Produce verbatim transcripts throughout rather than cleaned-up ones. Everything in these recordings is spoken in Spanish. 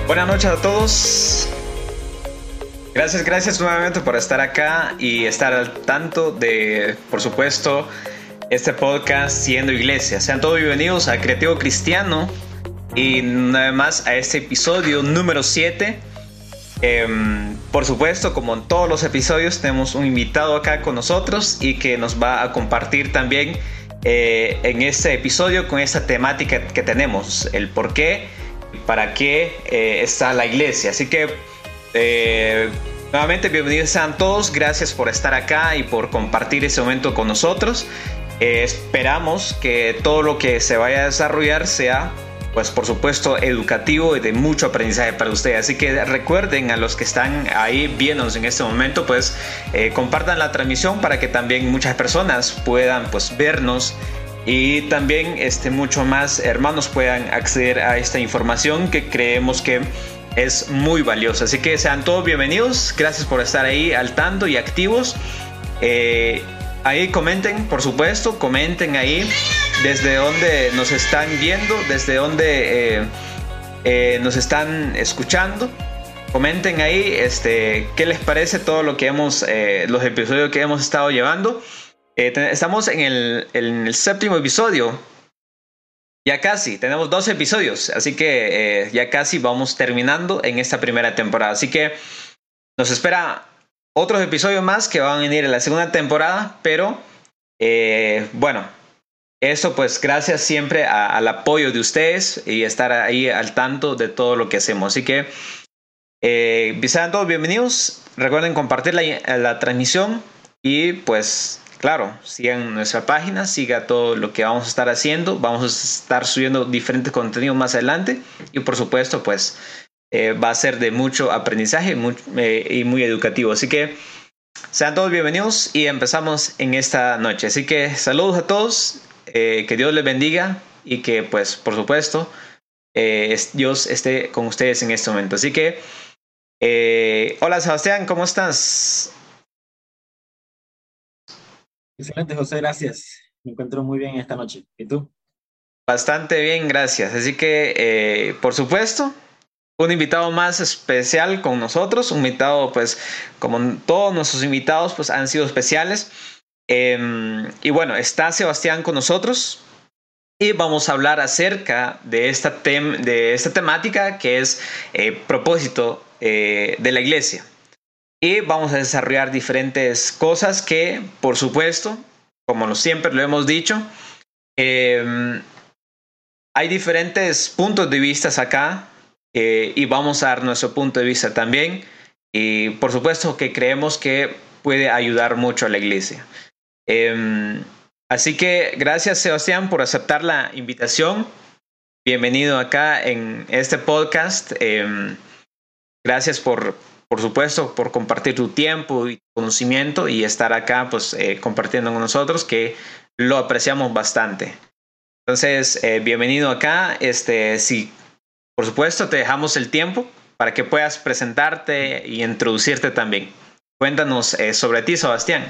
Buenas noches a todos. Gracias, gracias nuevamente por estar acá y estar al tanto de, por supuesto, este podcast Siendo Iglesia. Sean todos bienvenidos a Creativo Cristiano y nada más a este episodio número siete. Eh, por supuesto, como en todos los episodios, tenemos un invitado acá con nosotros y que nos va a compartir también eh, en este episodio con esta temática que tenemos, el por qué y para qué eh, está la iglesia. Así que eh, nuevamente bienvenidos sean todos, gracias por estar acá y por compartir este momento con nosotros. Eh, esperamos que todo lo que se vaya a desarrollar sea, pues por supuesto, educativo y de mucho aprendizaje para ustedes. Así que recuerden a los que están ahí viéndonos en este momento, pues eh, compartan la transmisión para que también muchas personas puedan pues vernos y también este, mucho más hermanos puedan acceder a esta información que creemos que es muy valiosa. Así que sean todos bienvenidos, gracias por estar ahí al tanto y activos. Eh, ahí comenten, por supuesto, comenten ahí desde donde nos están viendo, desde donde eh, eh, nos están escuchando. Comenten ahí este, qué les parece todo lo que hemos, eh, los episodios que hemos estado llevando. Eh, te, estamos en el, en el séptimo episodio. Ya casi, tenemos dos episodios, así que eh, ya casi vamos terminando en esta primera temporada. Así que nos espera otros episodios más que van a venir en la segunda temporada, pero eh, bueno, eso pues gracias siempre a, al apoyo de ustedes y estar ahí al tanto de todo lo que hacemos. Así que eh, sean todos bienvenidos, recuerden compartir la, la transmisión y pues claro, sigan nuestra página, siga todo lo que vamos a estar haciendo, vamos a estar subiendo diferentes contenidos más adelante y por supuesto pues eh, va a ser de mucho aprendizaje muy, eh, y muy educativo. Así que sean todos bienvenidos y empezamos en esta noche. Así que saludos a todos, eh, que Dios les bendiga y que pues por supuesto eh, Dios esté con ustedes en este momento. Así que eh, hola Sebastián, ¿cómo estás? Excelente, José, gracias. Me encuentro muy bien esta noche. ¿Y tú? Bastante bien, gracias. Así que eh, por supuesto un invitado más especial con nosotros, un invitado pues como todos nuestros invitados pues han sido especiales. Eh, y bueno, está Sebastián con nosotros y vamos a hablar acerca de esta, tem de esta temática que es eh, propósito eh, de la iglesia. Y vamos a desarrollar diferentes cosas que, por supuesto, como siempre lo hemos dicho, eh, hay diferentes puntos de vista acá eh, y vamos a dar nuestro punto de vista también. Y por supuesto que creemos que puede ayudar mucho a la iglesia. Eh, así que gracias Sebastián por aceptar la invitación. Bienvenido acá en este podcast. Eh, gracias por, por supuesto, por compartir tu tiempo y conocimiento y estar acá pues eh, compartiendo con nosotros, que lo apreciamos bastante. Entonces, eh, bienvenido acá. Este, sí, por supuesto, te dejamos el tiempo para que puedas presentarte y introducirte también. Cuéntanos eh, sobre ti, Sebastián.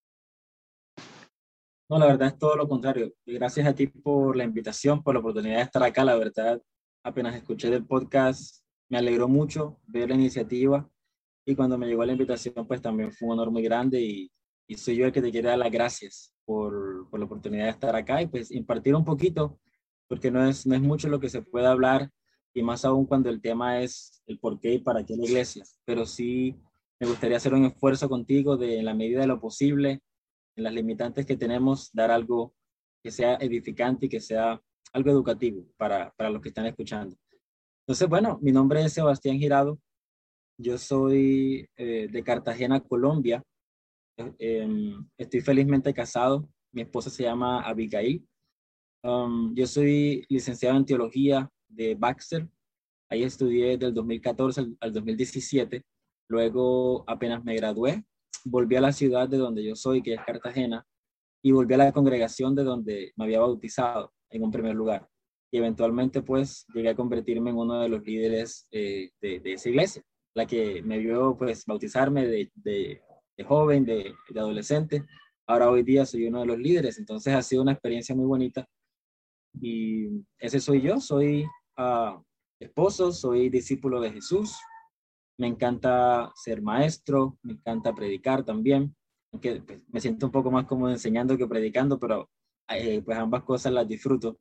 No, la verdad es todo lo contrario. Y gracias a ti por la invitación, por la oportunidad de estar acá. La verdad, apenas escuché del podcast, me alegró mucho ver la iniciativa y cuando me llegó la invitación, pues también fue un honor muy grande y, y soy yo el que te quiere dar las gracias por, por la oportunidad de estar acá y pues impartir un poquito, porque no es, no es mucho lo que se puede hablar y más aún cuando el tema es el por qué y para qué la iglesia. Pero sí me gustaría hacer un esfuerzo contigo de, en la medida de lo posible, en las limitantes que tenemos, dar algo que sea edificante y que sea algo educativo para, para los que están escuchando. Entonces, bueno, mi nombre es Sebastián Girado, yo soy eh, de Cartagena, Colombia. Eh, eh, estoy felizmente casado, mi esposa se llama Abigail. Um, yo soy licenciado en teología de Baxter, ahí estudié del dos mil catorce al, al dos mil diecisiete, luego apenas me gradué, volví a la ciudad de donde yo soy, que es Cartagena, y volví a la congregación de donde me había bautizado en un primer lugar. Y eventualmente pues llegué a convertirme en uno de los líderes eh, de, de esa iglesia, la que me vio pues bautizarme de, de, de joven, de, de adolescente. Ahora hoy día soy uno de los líderes, entonces ha sido una experiencia muy bonita. Y ese soy yo, soy uh, esposo, soy discípulo de Jesús. Me encanta ser maestro, me encanta predicar también, aunque pues, me siento un poco más cómodo enseñando que predicando, pero eh, pues ambas cosas las disfruto.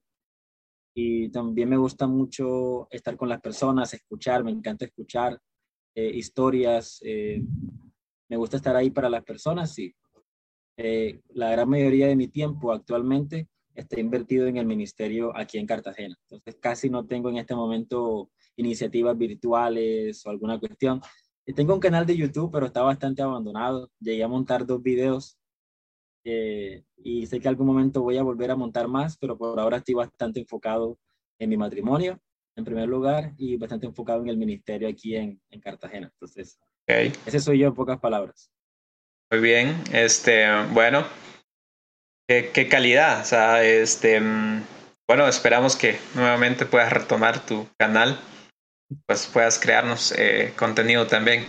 Y también me gusta mucho estar con las personas, escuchar, me encanta escuchar eh, historias, eh, me gusta estar ahí para las personas y eh, la gran mayoría de mi tiempo actualmente está invertido en el ministerio aquí en Cartagena. Entonces casi no tengo en este momento iniciativas virtuales o alguna cuestión. Eh, Tengo un canal de YouTube, pero está bastante abandonado. Llegué a montar dos videos eh, y sé que algún momento voy a volver a montar más, pero por ahora estoy bastante enfocado en mi matrimonio, en primer lugar, y bastante enfocado en el ministerio aquí en, en Cartagena. Entonces, Ok, ese soy yo en pocas palabras. muy bien. Este, bueno, qué, qué calidad. O sea, este, mm, bueno, esperamos que nuevamente puedas retomar tu canal, pues puedas crearnos eh, contenido también.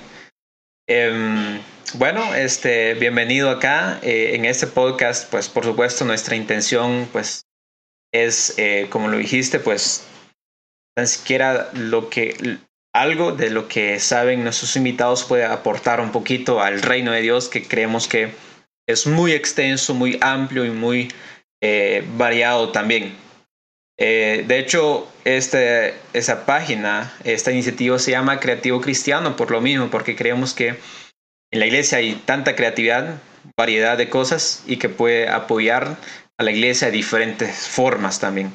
Eh, bueno, este, bienvenido acá. Eh, en este podcast, pues por supuesto nuestra intención, pues es, eh, como lo dijiste, pues tan siquiera lo que algo de lo que saben nuestros invitados puede aportar un poquito al reino de Dios, que creemos que es muy extenso, muy amplio y muy eh, variado también. Eh, de hecho, este, esa página, esta iniciativa se llama Creativo Cristiano por lo mismo, porque creemos que en la iglesia hay tanta creatividad, variedad de cosas y que puede apoyar a la iglesia de diferentes formas también.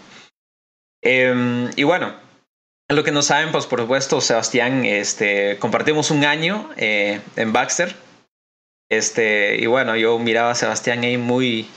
Eh, y bueno, a lo que no saben, pues por supuesto, Sebastián, este, compartimos un año eh, en Baxter. Este, y bueno, yo miraba a Sebastián ahí muy,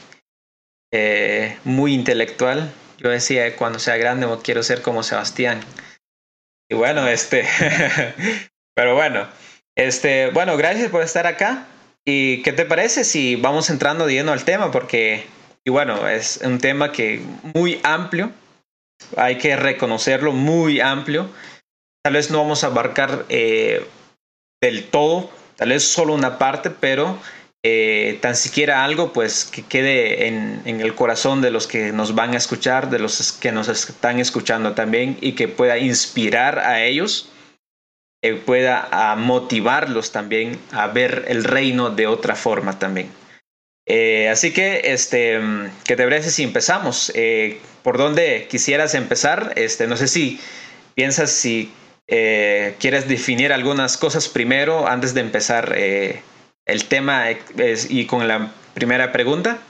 eh, muy intelectual. Yo decía, cuando sea grande, quiero ser como Sebastián. Y bueno, Wow. este, pero bueno, este, bueno, gracias por estar acá. ¿Y qué te parece si vamos entrando de lleno al tema? Porque, y bueno, es un tema que muy amplio, hay que reconocerlo, muy amplio. Tal vez no vamos a abarcar eh, del todo, tal vez solo una parte, pero eh, tan siquiera algo pues que quede en, en el corazón de los que nos van a escuchar, de los que nos están escuchando también y que pueda inspirar a ellos, eh, pueda a motivarlos también a ver el reino de otra forma también. Eh, así que, este, ¿qué te parece si empezamos? Eh, ¿Por dónde quisieras empezar? Este, no sé si piensas si eh, quieres definir algunas cosas primero antes de empezar eh, el tema eh, y con la primera pregunta.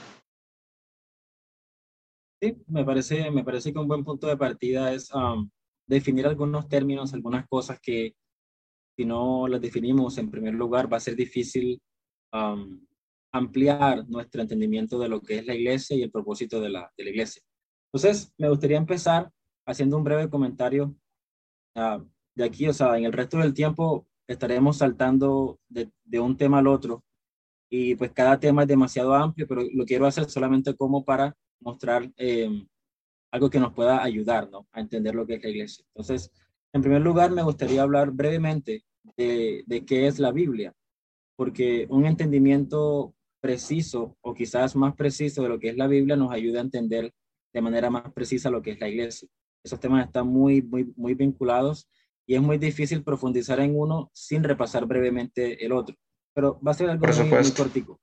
Sí, me parece, me parece que un buen punto de partida es um, definir algunos términos, algunas cosas que si no las definimos en primer lugar va a ser difícil um, ampliar nuestro entendimiento de lo que es la iglesia y el propósito de la, de la iglesia. Entonces, me gustaría empezar haciendo un breve comentario uh, de aquí, o sea, en el resto del tiempo estaremos saltando de, de un tema al otro y pues cada tema es demasiado amplio, pero lo quiero hacer solamente como para mostrar eh, algo que nos pueda ayudar, ¿no?, a entender lo que es la iglesia. Entonces, en primer lugar, me gustaría hablar brevemente de, de qué es la Biblia, porque un entendimiento preciso o quizás más preciso de lo que es la Biblia nos ayuda a entender de manera más precisa lo que es la iglesia. Esos temas están muy, muy, muy vinculados y es muy difícil profundizar en uno sin repasar brevemente el otro, pero va a ser algo Por muy, muy supuesto. cortico.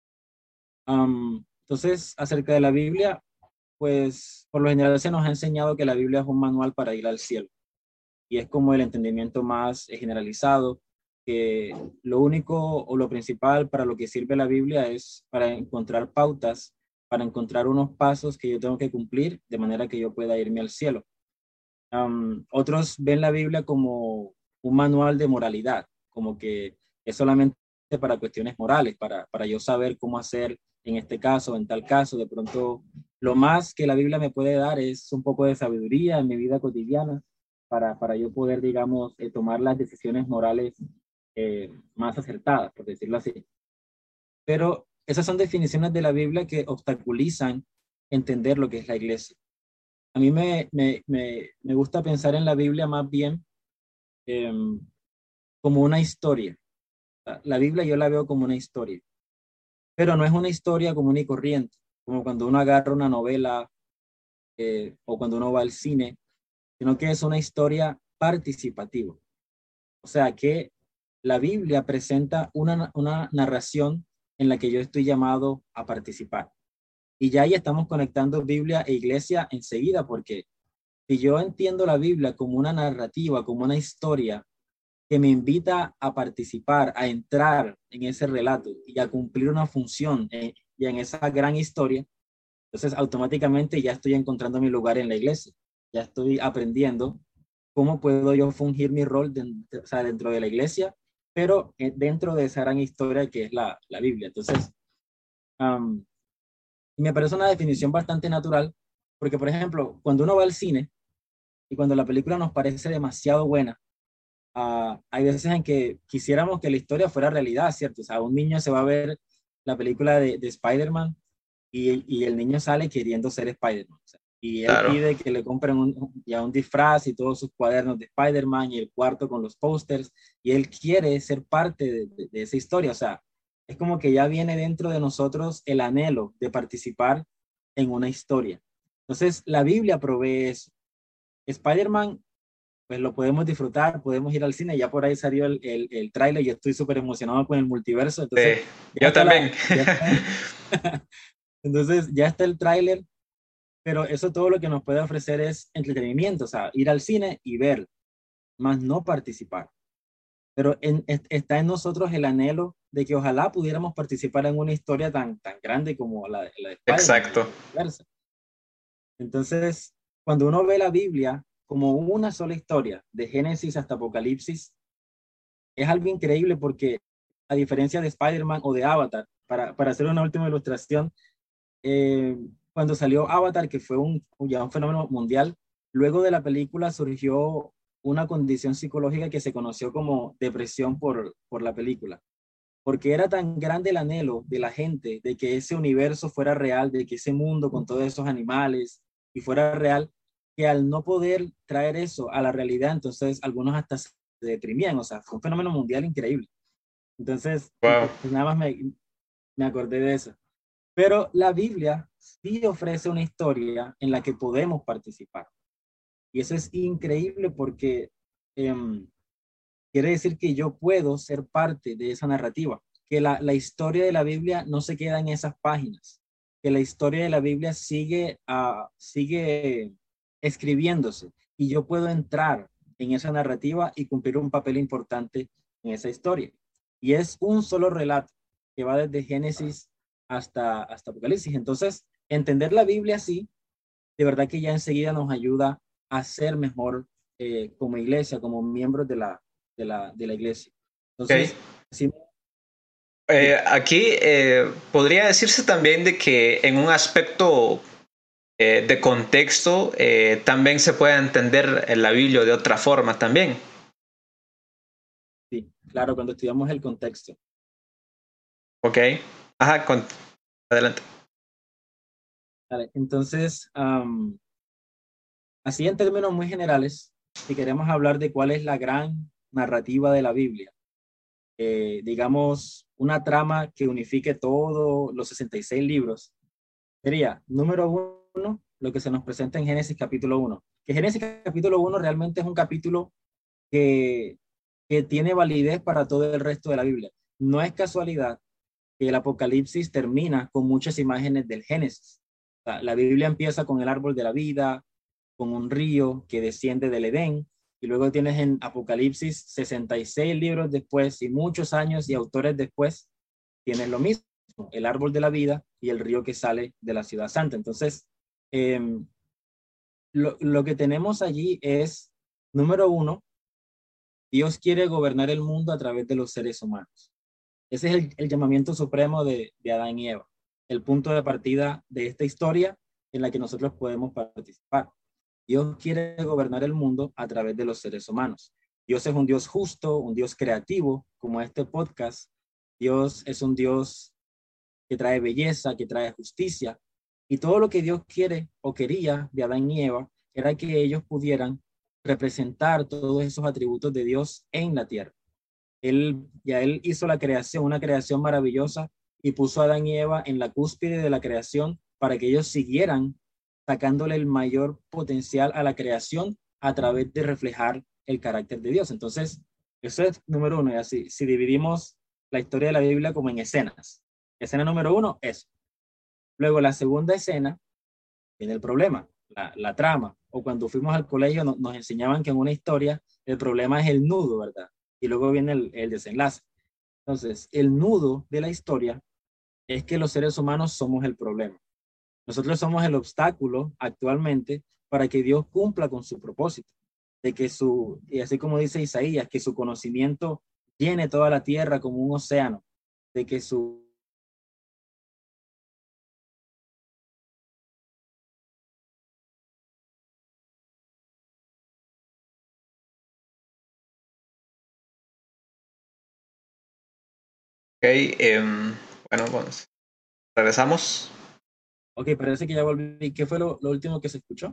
Um, entonces, acerca de la Biblia, pues por lo general se nos ha enseñado que la Biblia es un manual para ir al cielo y es como el entendimiento más generalizado, que lo único o lo principal para lo que sirve la Biblia es para encontrar pautas, para encontrar unos pasos que yo tengo que cumplir de manera que yo pueda irme al cielo. Um, otros ven la Biblia como un manual de moralidad, como que es solamente para cuestiones morales, para, para yo saber cómo hacer en este caso, en tal caso. De pronto, lo más que la Biblia me puede dar es un poco de sabiduría en mi vida cotidiana para, para yo poder, digamos, eh, tomar las decisiones morales eh, más acertadas, por decirlo así. Pero esas son definiciones de la Biblia que obstaculizan entender lo que es la iglesia. A mí me, me, me, me gusta pensar en la Biblia más bien eh, como una historia. La Biblia yo la veo como una historia, pero no es una historia común y corriente, como cuando uno agarra una novela eh, o cuando uno va al cine, sino que es una historia participativo. O sea que la Biblia presenta una, una narración en la que yo estoy llamado a participar. Y ya ahí estamos conectando Biblia e iglesia enseguida, porque si yo entiendo la Biblia como una narrativa, como una historia que me invita a participar, a entrar en ese relato y a cumplir una función en, y en esa gran historia, entonces automáticamente ya estoy encontrando mi lugar en la iglesia, ya estoy aprendiendo cómo puedo yo fungir mi rol dentro, o sea, dentro de la iglesia, pero dentro de esa gran historia que es la, la Biblia. Entonces, um, me parece una definición bastante natural, porque por ejemplo, cuando uno va al cine y cuando la película nos parece demasiado buena, uh, hay veces en que quisiéramos que la historia fuera realidad, ¿cierto? O sea, un niño se va a ver la película de, de Spider-Man y, y el niño sale queriendo ser Spider-Man. O sea, y él Claro. pide que le compren un, ya un disfraz y todos sus cuadernos de Spider-Man y el cuarto con los pósters, y él quiere ser parte de, de, de esa historia. O sea, es como que ya viene dentro de nosotros el anhelo de participar en una historia. Entonces, la Biblia provee eso. Spider-Man, pues lo podemos disfrutar, podemos ir al cine, ya por ahí salió el, el, el tráiler, yo estoy súper emocionado con el multiverso, entonces Sí, ya yo está también. la, ya está, entonces ya está el tráiler, pero eso todo lo que nos puede ofrecer es entretenimiento, o sea, ir al cine y ver, más no participar. Pero en, está en nosotros el anhelo de que ojalá pudiéramos participar en una historia tan, tan grande como la, la de Spider-Man y Exacto. viceversa. Entonces, cuando uno ve la Biblia como una sola historia, de Génesis hasta Apocalipsis, es algo increíble porque, a diferencia de Spider-Man o de Avatar, para, para hacer una última ilustración, eh, cuando salió Avatar, que fue un, ya un fenómeno mundial, luego de la película surgió una condición psicológica que se conoció como depresión por, por la película, porque era tan grande el anhelo de la gente de que ese universo fuera real, de que ese mundo con todos esos animales y fuera real, que al no poder traer eso a la realidad, entonces algunos hasta se deprimían. O sea, fue un fenómeno mundial increíble. Entonces, Wow. nada más me, me acordé de eso. Pero la Biblia sí ofrece una historia en la que podemos participar. Y eso es increíble porque eh, quiere decir que yo puedo ser parte de esa narrativa, que la, la historia de la Biblia no se queda en esas páginas, que la historia de la Biblia sigue, uh, sigue escribiéndose y yo puedo entrar en esa narrativa y cumplir un papel importante en esa historia. Y es un solo relato que va desde Génesis hasta, hasta Apocalipsis. Entonces, entender la Biblia así, de verdad que ya enseguida nos ayuda a ser mejor eh, como iglesia, como miembros de la, de la, de la iglesia. Okay. Entonces, sí, eh, aquí eh, podría decirse también de que en un aspecto eh, de contexto eh, también se puede entender la Biblia de otra forma también. sí, claro, cuando estudiamos el contexto. Ok. Ajá, con... adelante. Vale, entonces, um, así en términos muy generales, si queremos hablar de cuál es la gran narrativa de la Biblia, eh, digamos, una trama que unifique todos los sesenta y seis libros, sería, número uno, lo que se nos presenta en Génesis capítulo uno. Que Génesis capítulo uno realmente es un capítulo que, que tiene validez para todo el resto de la Biblia. No es casualidad que el Apocalipsis termina con muchas imágenes del Génesis. O sea, la Biblia empieza con el árbol de la vida, con un río que desciende del Edén, y luego tienes en Apocalipsis sesenta y seis libros después y muchos años y autores después, tienes lo mismo, el árbol de la vida y el río que sale de la ciudad santa. Entonces, eh, lo, lo que tenemos allí es, número uno, Dios quiere gobernar el mundo a través de los seres humanos. Ese es el, el llamamiento supremo de, de Adán y Eva, el punto de partida de esta historia en la que nosotros podemos participar. Dios quiere gobernar el mundo a través de los seres humanos. Dios es un Dios justo, un Dios creativo, como este podcast. Dios es un Dios que trae belleza, que trae justicia. Y todo lo que Dios quiere o quería de Adán y Eva era que ellos pudieran representar todos esos atributos de Dios en la tierra. Él, ya él hizo la creación, una creación maravillosa, y puso a Adán y Eva en la cúspide de la creación para que ellos siguieran sacándole el mayor potencial a la creación a través de reflejar el carácter de Dios. Entonces, eso es número uno. Y así, si dividimos la historia de la Biblia como en escenas, escena número uno, eso. Luego, la segunda escena, viene el problema, la, la trama. O cuando fuimos al colegio no, nos enseñaban que en una historia el problema es el nudo, ¿verdad? Y luego viene el, el desenlace. Entonces, el nudo de la historia es que los seres humanos somos el problema. Nosotros somos el obstáculo actualmente para que Dios cumpla con su propósito, de que su, y así como dice Isaías, que su conocimiento llene toda la tierra como un océano, de que su Ok, em, bueno, pues regresamos. Ok, parece que ya volví. ¿Qué fue lo, lo último que se escuchó?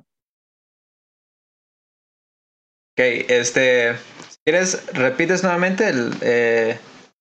Ok, este, si quieres, repites nuevamente el, eh,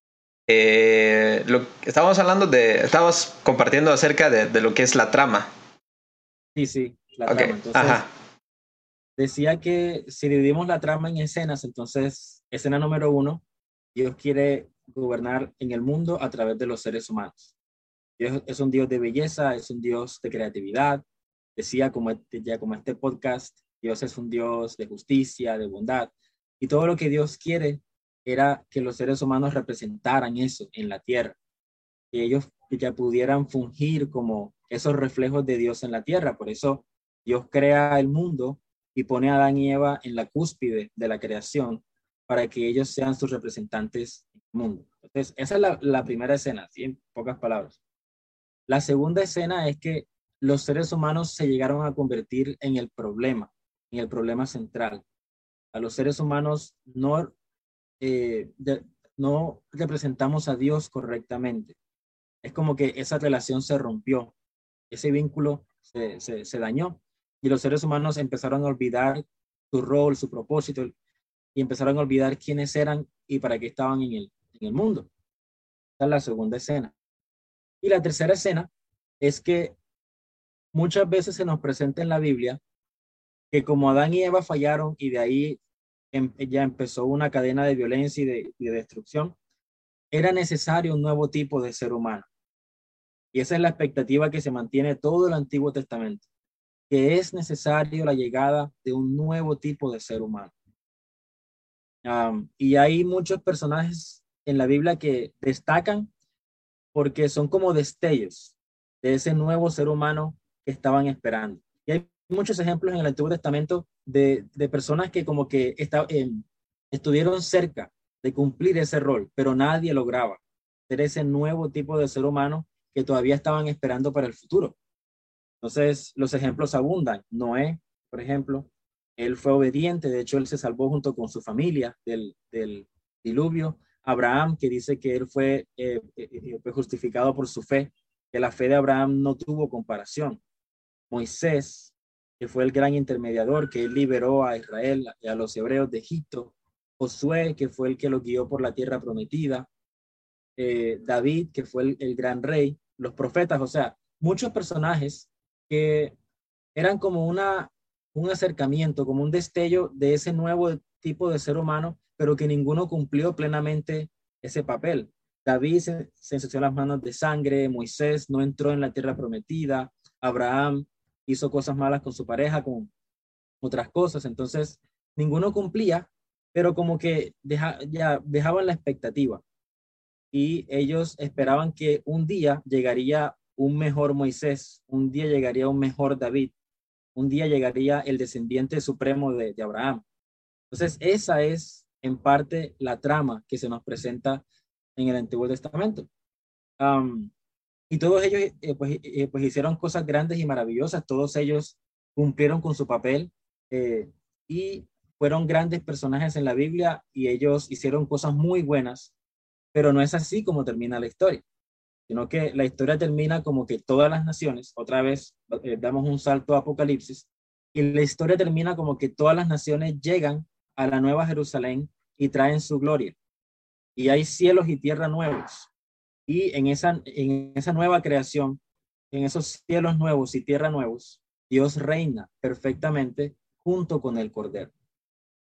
eh, lo estábamos hablando de, estábamos compartiendo acerca de, de lo que es la trama. Sí, sí, la Ok, trama. ajá. Entonces, decía que si dividimos la trama en escenas, entonces, escena número uno, Dios quiere gobernar en el mundo a través de los seres humanos. Dios es un Dios de belleza, es un Dios de creatividad. Decía como, este- ya como este podcast, Dios es un Dios de justicia, de bondad. Y todo lo que Dios quiere era que los seres humanos representaran eso en la tierra, que ellos ya pudieran fungir como esos reflejos de Dios en la tierra. Por eso Dios crea el mundo y pone a Adán y Eva en la cúspide de la creación para que ellos sean sus representantes en el mundo. Entonces, esa es la, la primera escena, ¿sí? En pocas palabras. La segunda escena es que los seres humanos se llegaron a convertir en el problema, en el problema central. A los seres humanos no, eh, de- no representamos a Dios correctamente. Es como que esa relación se rompió, ese vínculo se, se, se dañó y los seres humanos empezaron a olvidar su rol, su propósito y empezaron a olvidar quiénes eran y para qué estaban en el, en el mundo. Esa es la segunda escena. Y la tercera escena es que muchas veces se nos presenta en la Biblia que como Adán y Eva fallaron y de ahí em, ya empezó una cadena de violencia y de, y de destrucción, era necesario un nuevo tipo de ser humano. Y esa es la expectativa que se mantiene todo el Antiguo Testamento, que es necesario la llegada de un nuevo tipo de ser humano. Um, y hay muchos personajes en la Biblia que destacan porque son como destellos de ese nuevo ser humano que estaban esperando. Y hay muchos ejemplos en el Antiguo Testamento de, de personas que como que está, eh, estuvieron cerca de cumplir ese rol, pero nadie lograba ser ese nuevo tipo de ser humano que todavía estaban esperando para el futuro. Entonces, los ejemplos abundan. Noé, por ejemplo, él fue obediente, de hecho, él se salvó junto con su familia del, del diluvio. Abraham, que dice que él fue, eh, eh, fue justificado por su fe, que la fe de Abraham no tuvo comparación. Moisés, que fue el gran intermediador, que él liberó a Israel y a los hebreos de Egipto. Josué, que fue el que los guió por la tierra prometida. Eh, David, que fue el, el gran rey. Los profetas, o sea, muchos personajes que eran como una, un acercamiento, como un destello de ese nuevo tipo de ser humano, pero que ninguno cumplió plenamente ese papel. David se, se ensució las manos de sangre, Moisés no entró en la tierra prometida, Abraham hizo cosas malas con su pareja, con otras cosas, entonces ninguno cumplía, pero como que deja, ya dejaban la expectativa y ellos esperaban que un día llegaría un mejor Moisés, un día llegaría un mejor David, un día llegaría el descendiente supremo de, de Abraham. Entonces, esa es en parte la trama que se nos presenta en el Antiguo Testamento. Um, y todos ellos eh, pues, eh, pues hicieron cosas grandes y maravillosas, todos ellos cumplieron con su papel eh, y fueron grandes personajes en la Biblia y ellos hicieron cosas muy buenas, pero no es así como termina la historia, sino que la historia termina como que todas las naciones, otra vez eh, damos un salto a Apocalipsis, y la historia termina como que todas las naciones llegan a la nueva Jerusalén y traen su gloria. Y hay cielos y tierra nuevos. Y en esa, en esa nueva creación, en esos cielos nuevos y tierra nuevos, Dios reina perfectamente junto con el Cordero.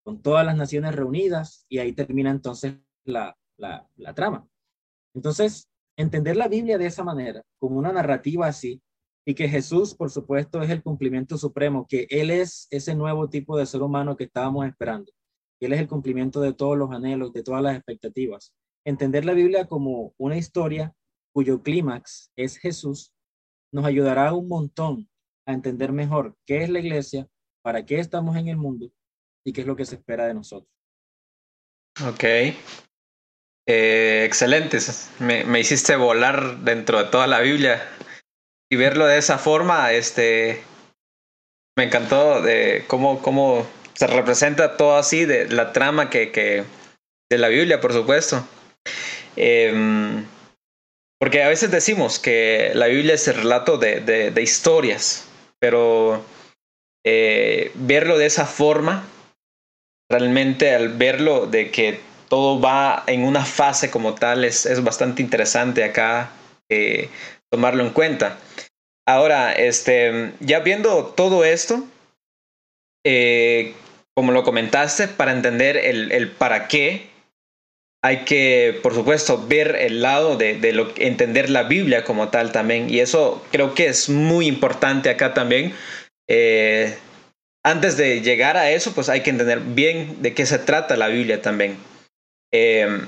con todas las naciones reunidas, y ahí termina entonces la, la, la trama. Entonces, entender la Biblia de esa manera, como una narrativa así, y que Jesús, por supuesto, es el cumplimiento supremo, que Él es ese nuevo tipo de ser humano que estábamos esperando, que Él es el cumplimiento de todos los anhelos, de todas las expectativas. Entender la Biblia como una historia cuyo clímax es Jesús, nos ayudará un montón a entender mejor qué es la iglesia, para qué estamos en el mundo y qué es lo que se espera de nosotros. Ok. Eh, excelente. Me, me hiciste volar dentro de toda la Biblia y verlo de esa forma, este, me encantó de cómo, cómo se representa todo así, de la trama que, que de la Biblia, por supuesto. Eh, porque a veces decimos que la Biblia es el relato de, de, de historias, pero eh, verlo de esa forma, realmente al verlo de que todo va en una fase como tal, es, es bastante interesante acá eh, tomarlo en cuenta. Ahora, este, ya viendo todo esto, eh, como lo comentaste, para entender el, el para qué, hay que, por supuesto, ver el lado de, de lo, entender la Biblia como tal también. Y eso creo que es muy importante acá también. Eh, antes de llegar a eso, pues hay que entender bien de qué se trata la Biblia también. Eh,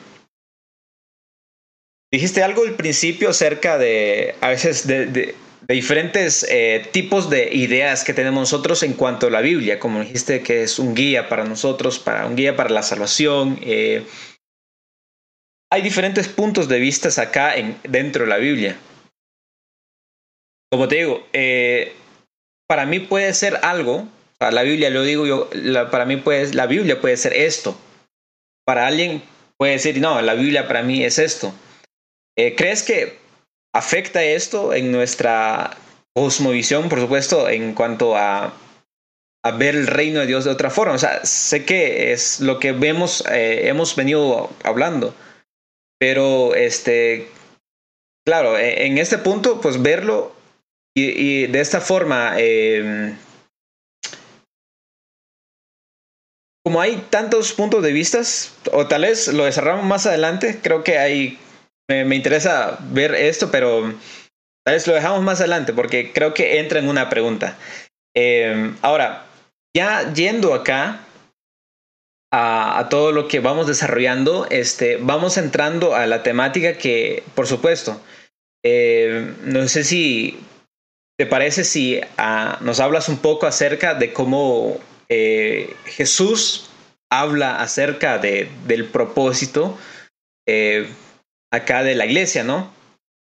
dijiste algo al principio acerca de, a veces, de, de, de diferentes eh, tipos de ideas que tenemos nosotros en cuanto a la Biblia. Como dijiste, que es un guía para nosotros, para, un guía para la salvación. Eh, hay diferentes puntos de vista acá en, dentro de la Biblia. Como te digo, eh, para mí puede ser algo, para la Biblia lo digo yo, la, para mí puede, la Biblia puede ser esto. Para alguien puede decir, no, la Biblia para mí es esto. Eh, ¿Crees que afecta esto en nuestra cosmovisión, por supuesto, en cuanto a, a ver el reino de Dios de otra forma? O sea, sé que es lo que vemos, eh, hemos venido hablando, pero este, claro, en este punto, pues verlo y, y de esta forma, eh, como hay tantos puntos de vista, o tal vez lo desarrollamos más adelante, creo que hay, me, me interesa ver esto, pero tal vez lo dejamos más adelante porque creo que entra en una pregunta. Eh, ahora, ya yendo acá a, a todo lo que vamos desarrollando, este, vamos entrando a la temática que, por supuesto, eh, no sé si te parece si uh, nos hablas un poco acerca de cómo eh, Jesús habla acerca de, del propósito eh, acá de la iglesia, ¿no?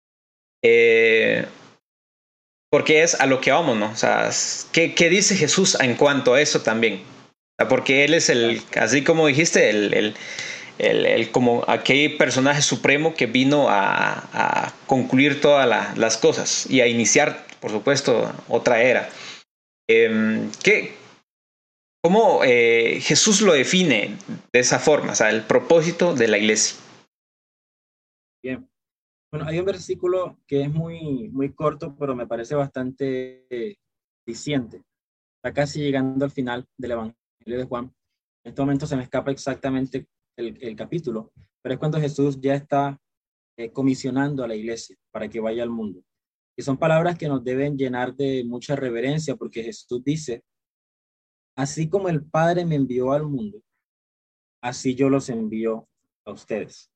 Eh, porque es a lo que vamos, ¿no? O sea, ¿qué, qué dice Jesús en cuanto a eso también? Porque Él es el, así como dijiste, el, el, el, el como aquel personaje supremo que vino a, a concluir todas la, las cosas y a iniciar, por supuesto, otra era. Eh, ¿qué, ¿Cómo eh, Jesús lo define de esa forma? O sea, el propósito de la iglesia. Bien. Bueno, hay un versículo que es muy, muy corto, pero me parece bastante eh, diciente. Está casi llegando al final del Evangelio de Juan. En este momento se me escapa exactamente el, el capítulo, pero es cuando Jesús ya está eh, comisionando a la iglesia para que vaya al mundo. Y son palabras que nos deben llenar de mucha reverencia, porque Jesús dice, así como el Padre me envió al mundo, así yo los envío a ustedes.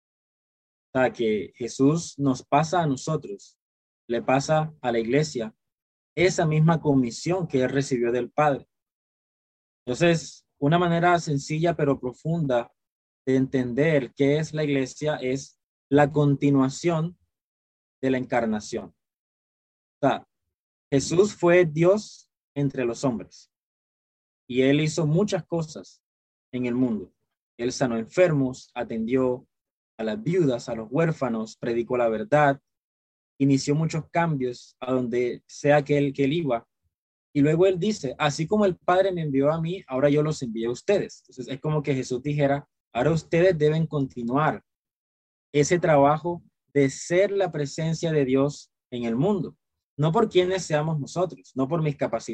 O sea, que Jesús nos pasa a nosotros, le pasa a la iglesia esa misma comisión que él recibió del Padre. Entonces, una manera sencilla pero profunda de entender qué es la iglesia es la continuación de la encarnación. O sea, Jesús fue Dios entre los hombres y él hizo muchas cosas en el mundo. Él sanó enfermos, atendió a las viudas, a los huérfanos, predicó la verdad, inició muchos cambios a donde sea que él, que él iba. Y luego él dice, así como el Padre me envió a mí, ahora yo los envío a ustedes. Entonces es como que Jesús dijera, ahora ustedes deben continuar ese trabajo de ser la presencia de Dios en el mundo. No por quienes seamos nosotros, no por mis capacidades,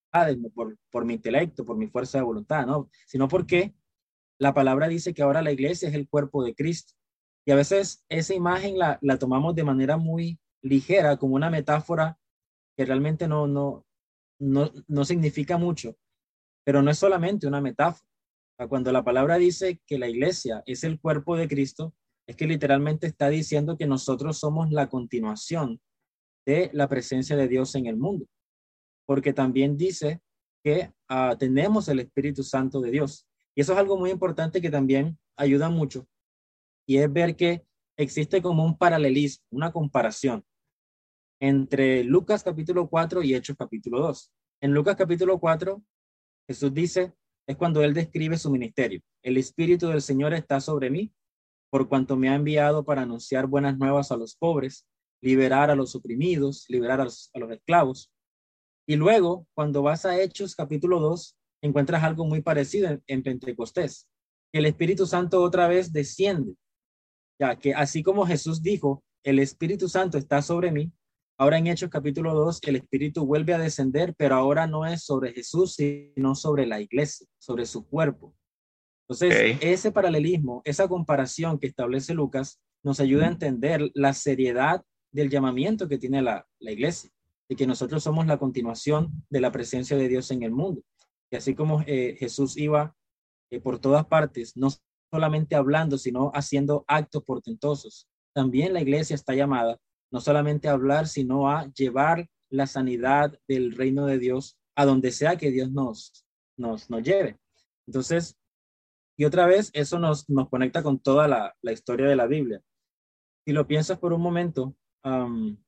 por, por mi intelecto, por mi fuerza de voluntad, ¿no? Sino porque la palabra dice que ahora la iglesia es el cuerpo de Cristo. Y a veces esa imagen la, la tomamos de manera muy ligera, como una metáfora que realmente no, no, no, no significa mucho, pero no es solamente una metáfora. Cuando la palabra dice que la iglesia es el cuerpo de Cristo, es que literalmente está diciendo que nosotros somos la continuación de la presencia de Dios en el mundo, porque también dice que uh, tenemos el Espíritu Santo de Dios. Y eso es algo muy importante que también ayuda mucho, y es ver que existe como un paralelismo, una comparación entre Lucas capítulo cuatro y Hechos capítulo dos. En Lucas capítulo cuatro, Jesús dice, es cuando él describe su ministerio. El Espíritu del Señor está sobre mí, por cuanto me ha enviado para anunciar buenas nuevas a los pobres, liberar a los oprimidos, liberar a los, a los esclavos. Y luego, cuando vas a Hechos capítulo dos, encuentras algo muy parecido en, en Pentecostés, que el Espíritu Santo otra vez desciende, ya que así como Jesús dijo, el Espíritu Santo está sobre mí, ahora en Hechos capítulo dos, el Espíritu vuelve a descender, pero ahora no es sobre Jesús, sino sobre la iglesia, sobre su cuerpo. Entonces, Ok. ese paralelismo, esa comparación que establece Lucas, nos ayuda a entender la seriedad del llamamiento que tiene la, la iglesia, de que nosotros somos la continuación de la presencia de Dios en el mundo. Y así como eh, Jesús iba eh, por todas partes, no solamente hablando, sino haciendo actos portentosos, también la iglesia está llamada no solamente a hablar, sino a llevar la sanidad del reino de Dios a donde sea que Dios nos, nos, nos lleve. Entonces, y otra vez, eso nos, nos conecta con toda la, la historia de la Biblia. Si lo piensas por un momento, um,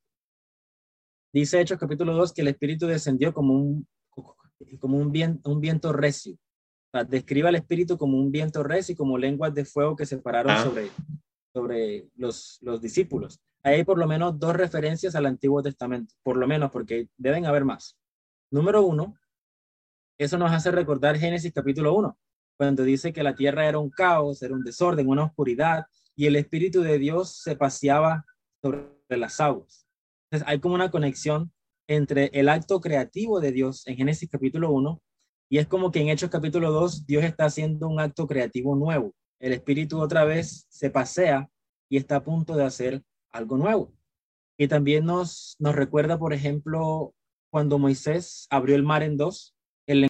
dice Hechos capítulo dos que el Espíritu descendió como un, como un, viento, un viento recio. O sea, describe al Espíritu como un viento recio y como lenguas de fuego que se pararon Ah, sobre, sobre los, los discípulos. Hay por lo menos dos referencias al Antiguo Testamento, por lo menos porque deben haber más. Número uno, eso nos hace recordar Génesis capítulo uno, cuando dice que la tierra era un caos, era un desorden, una oscuridad, y el Espíritu de Dios se paseaba sobre las aguas. Entonces hay como una conexión entre el acto creativo de Dios en Génesis capítulo uno, y es como que en Hechos capítulo dos Dios está haciendo un acto creativo nuevo. El Espíritu otra vez se pasea y está a punto de hacer algo nuevo. Y también nos, nos recuerda, por ejemplo, cuando Moisés abrió el mar en dos, el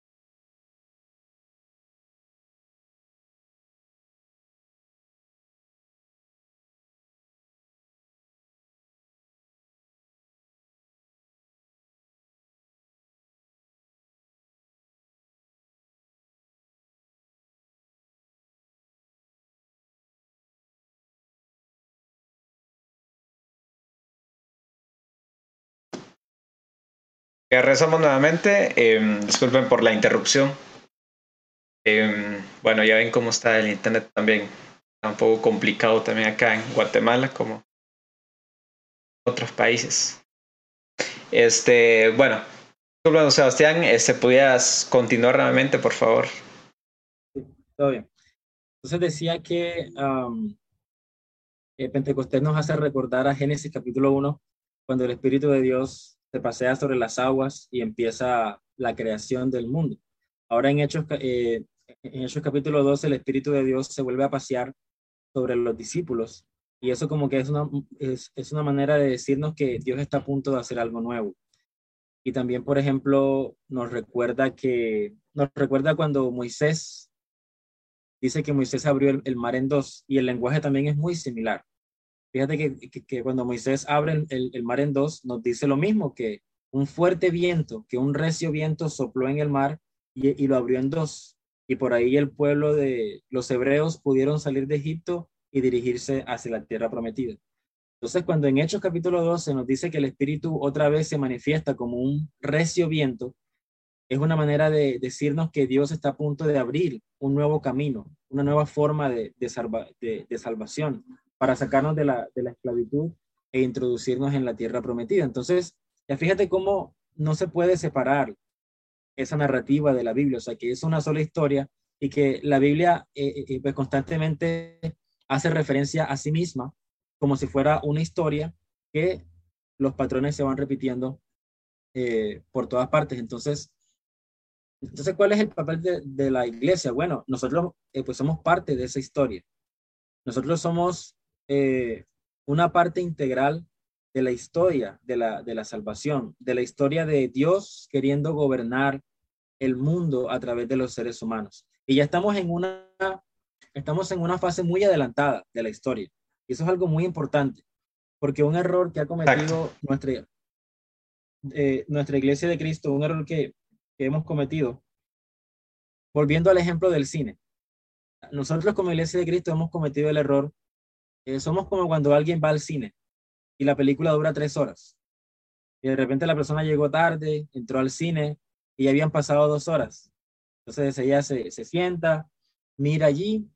regresamos nuevamente. Eh, disculpen por la interrupción. Eh, bueno, ya ven cómo está el internet también. Está un poco complicado también acá en Guatemala, como en otros países. Este, bueno, disculpen, Sebastián, este, ¿pudieras continuar nuevamente, por favor? todo bien. Entonces decía que um, eh, Pentecostés nos hace recordar a Génesis capítulo uno, cuando el Espíritu de Dios se pasea sobre las aguas y empieza la creación del mundo. Ahora en Hechos, eh, en Hechos capítulo dos, el Espíritu de Dios se vuelve a pasear sobre los discípulos. Y eso como que es una, es, es una manera de decirnos que Dios está a punto de hacer algo nuevo. Y también, por ejemplo, nos recuerda que, nos recuerda cuando Moisés, dice que Moisés abrió el, el mar en dos, y el lenguaje también es muy similar. Fíjate que, que, que cuando Moisés abre el, el mar en dos, nos dice lo mismo, que un fuerte viento, que un recio viento sopló en el mar y, y lo abrió en dos. Y por ahí el pueblo de los hebreos pudieron salir de Egipto y dirigirse hacia la tierra prometida. Entonces, cuando en Hechos capítulo doce nos dice que el Espíritu otra vez se manifiesta como un recio viento, es una manera de decirnos que Dios está a punto de abrir un nuevo camino, una nueva forma de, de, salva, de, de salvación para sacarnos de la, de la esclavitud e introducirnos en la tierra prometida. Entonces, ya fíjate cómo no se puede separar esa narrativa de la Biblia, o sea, que es una sola historia y que la Biblia eh, eh, pues constantemente hace referencia a sí misma como si fuera una historia que los patrones se van repitiendo eh, por todas partes. Entonces, Entonces, ¿cuál es el papel de, de la iglesia? Bueno, nosotros eh, pues somos parte de esa historia. Nosotros somos eh, una parte integral de la historia de la, de la salvación, de la historia de Dios queriendo gobernar el mundo a través de los seres humanos. Y ya estamos en una, estamos en una fase muy adelantada de la historia. Y eso es algo muy importante, porque un error que ha Exacto. cometido nuestra, eh, nuestra iglesia de Cristo, un error que, que hemos cometido, volviendo al ejemplo del cine. Nosotros como iglesia de Cristo hemos cometido el error, eh, somos como cuando alguien va al cine y la película dura tres horas. Y de repente la persona llegó tarde, entró al cine y ya habían pasado dos horas. Entonces ella se, se sienta, mira allí,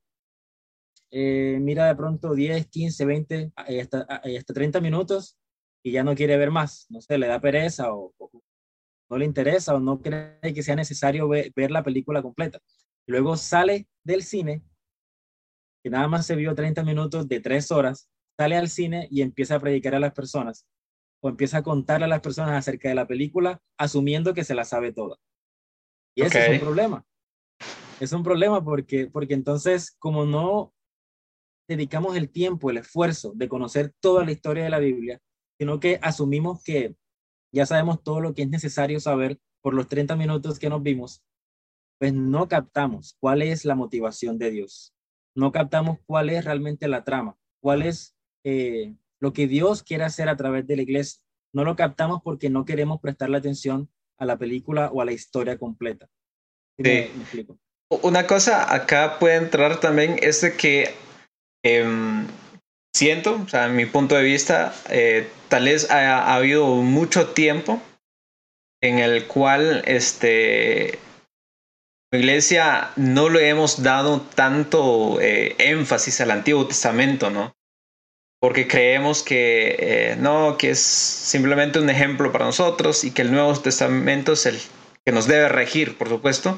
eh, mira de pronto diez, quince, veinte, eh, hasta, eh, hasta treinta minutos y ya no quiere ver más. No sé, le da pereza o, o no le interesa o no cree que sea necesario ver, ver la película completa. Y luego sale del cine, que nada más se vio treinta minutos de tres horas, sale al cine y empieza a predicar a las personas o empieza a contarle a las personas acerca de la película, asumiendo que se la sabe toda. Y Ok. eso es un problema. Es un problema porque, porque entonces, como no dedicamos el tiempo, el esfuerzo de conocer toda la historia de la Biblia, sino que asumimos que ya sabemos todo lo que es necesario saber por los treinta minutos que nos vimos, pues no captamos cuál es la motivación de Dios. No captamos cuál es realmente la trama, cuál es eh, lo que Dios quiere hacer a través de la iglesia. No lo captamos porque no queremos prestarle atención a la película o a la historia completa. ¿Sí Sí. me, me explico? Una cosa acá puede entrar también es de que eh, siento, o sea, en mi punto de vista, eh, tal vez ha, ha habido mucho tiempo en el cual este, la iglesia no le hemos dado tanto eh, énfasis al Antiguo Testamento, ¿no? Porque creemos que eh, no, que es simplemente un ejemplo para nosotros y que el Nuevo Testamento es el que nos debe regir, por supuesto.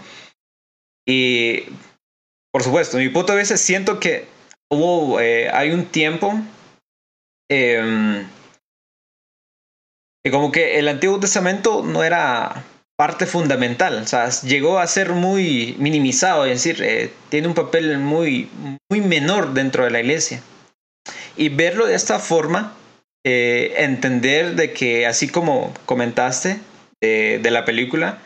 Y, por supuesto, mi punto de vista, siento que hubo, eh, hay un tiempo eh, que como que el Antiguo Testamento no era parte fundamental, o sea, llegó a ser muy minimizado, es decir, eh, tiene un papel muy, muy menor dentro de la iglesia. Y verlo de esta forma, eh, entender de que así como comentaste de, de la película,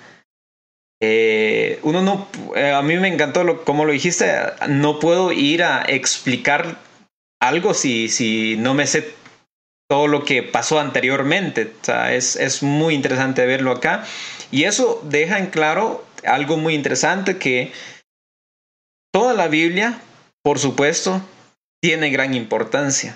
eh, uno no, eh, a mí me encantó lo, como lo dijiste, no puedo ir a explicar algo si, si no me sé todo lo que pasó anteriormente. O sea, es, es muy interesante verlo acá. Y eso deja en claro algo muy interesante, que toda la Biblia, por supuesto, tiene gran importancia.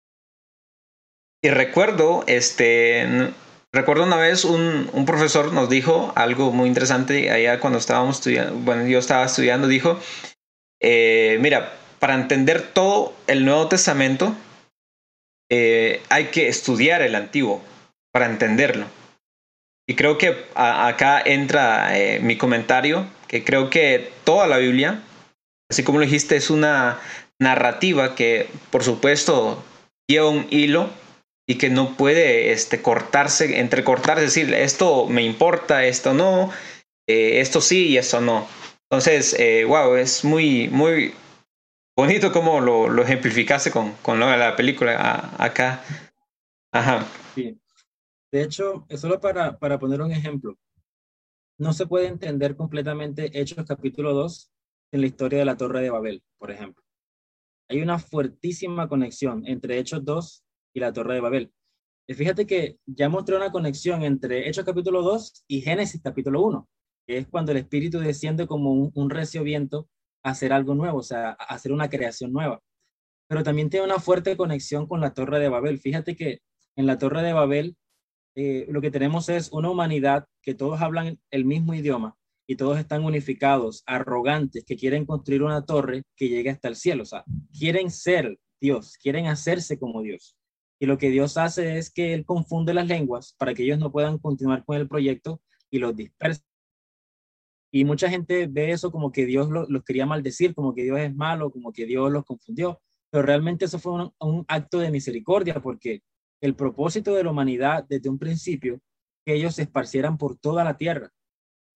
Y recuerdo, este, recuerdo una vez un, un profesor nos dijo algo muy interesante allá cuando estábamos estudiando, bueno, yo estaba estudiando, dijo, eh, mira, para entender todo el Nuevo Testamento, eh, hay que estudiar el Antiguo para entenderlo. Y creo que a, acá entra eh, mi comentario, que creo que toda la Biblia, así como lo dijiste, es una narrativa que, por supuesto, lleva un hilo y que no puede este, cortarse, entrecortarse, decir, esto me importa, esto no, eh, esto sí y esto no. Entonces, eh, wow, es muy, muy bonito cómo lo, lo ejemplificaste con, con lo de la película a, acá. Ajá. Sí. De hecho, es solo para, para poner un ejemplo. No se puede entender completamente Hechos capítulo dos en la historia de la Torre de Babel, por ejemplo. Hay una fuertísima conexión entre Hechos dos y la Torre de Babel. Y fíjate que ya mostré una conexión entre Hechos capítulo dos y Génesis capítulo uno, que es cuando el Espíritu desciende como un, un recio viento a hacer algo nuevo, o sea, a hacer una creación nueva. Pero también tiene una fuerte conexión con la Torre de Babel. Fíjate que en la Torre de Babel eh, lo que tenemos es una humanidad que todos hablan el mismo idioma y todos están unificados, arrogantes, que quieren construir una torre que llegue hasta el cielo. O sea, quieren ser Dios, quieren hacerse como Dios. Y lo que Dios hace es que Él confunde las lenguas para que ellos no puedan continuar con el proyecto y los dispersa. Y mucha gente ve eso como que Dios los, los quería maldecir, como que Dios es malo, como que Dios los confundió. Pero realmente eso fue un, un acto de misericordia, porque el propósito de la humanidad desde un principio, que ellos se esparcieran por toda la tierra.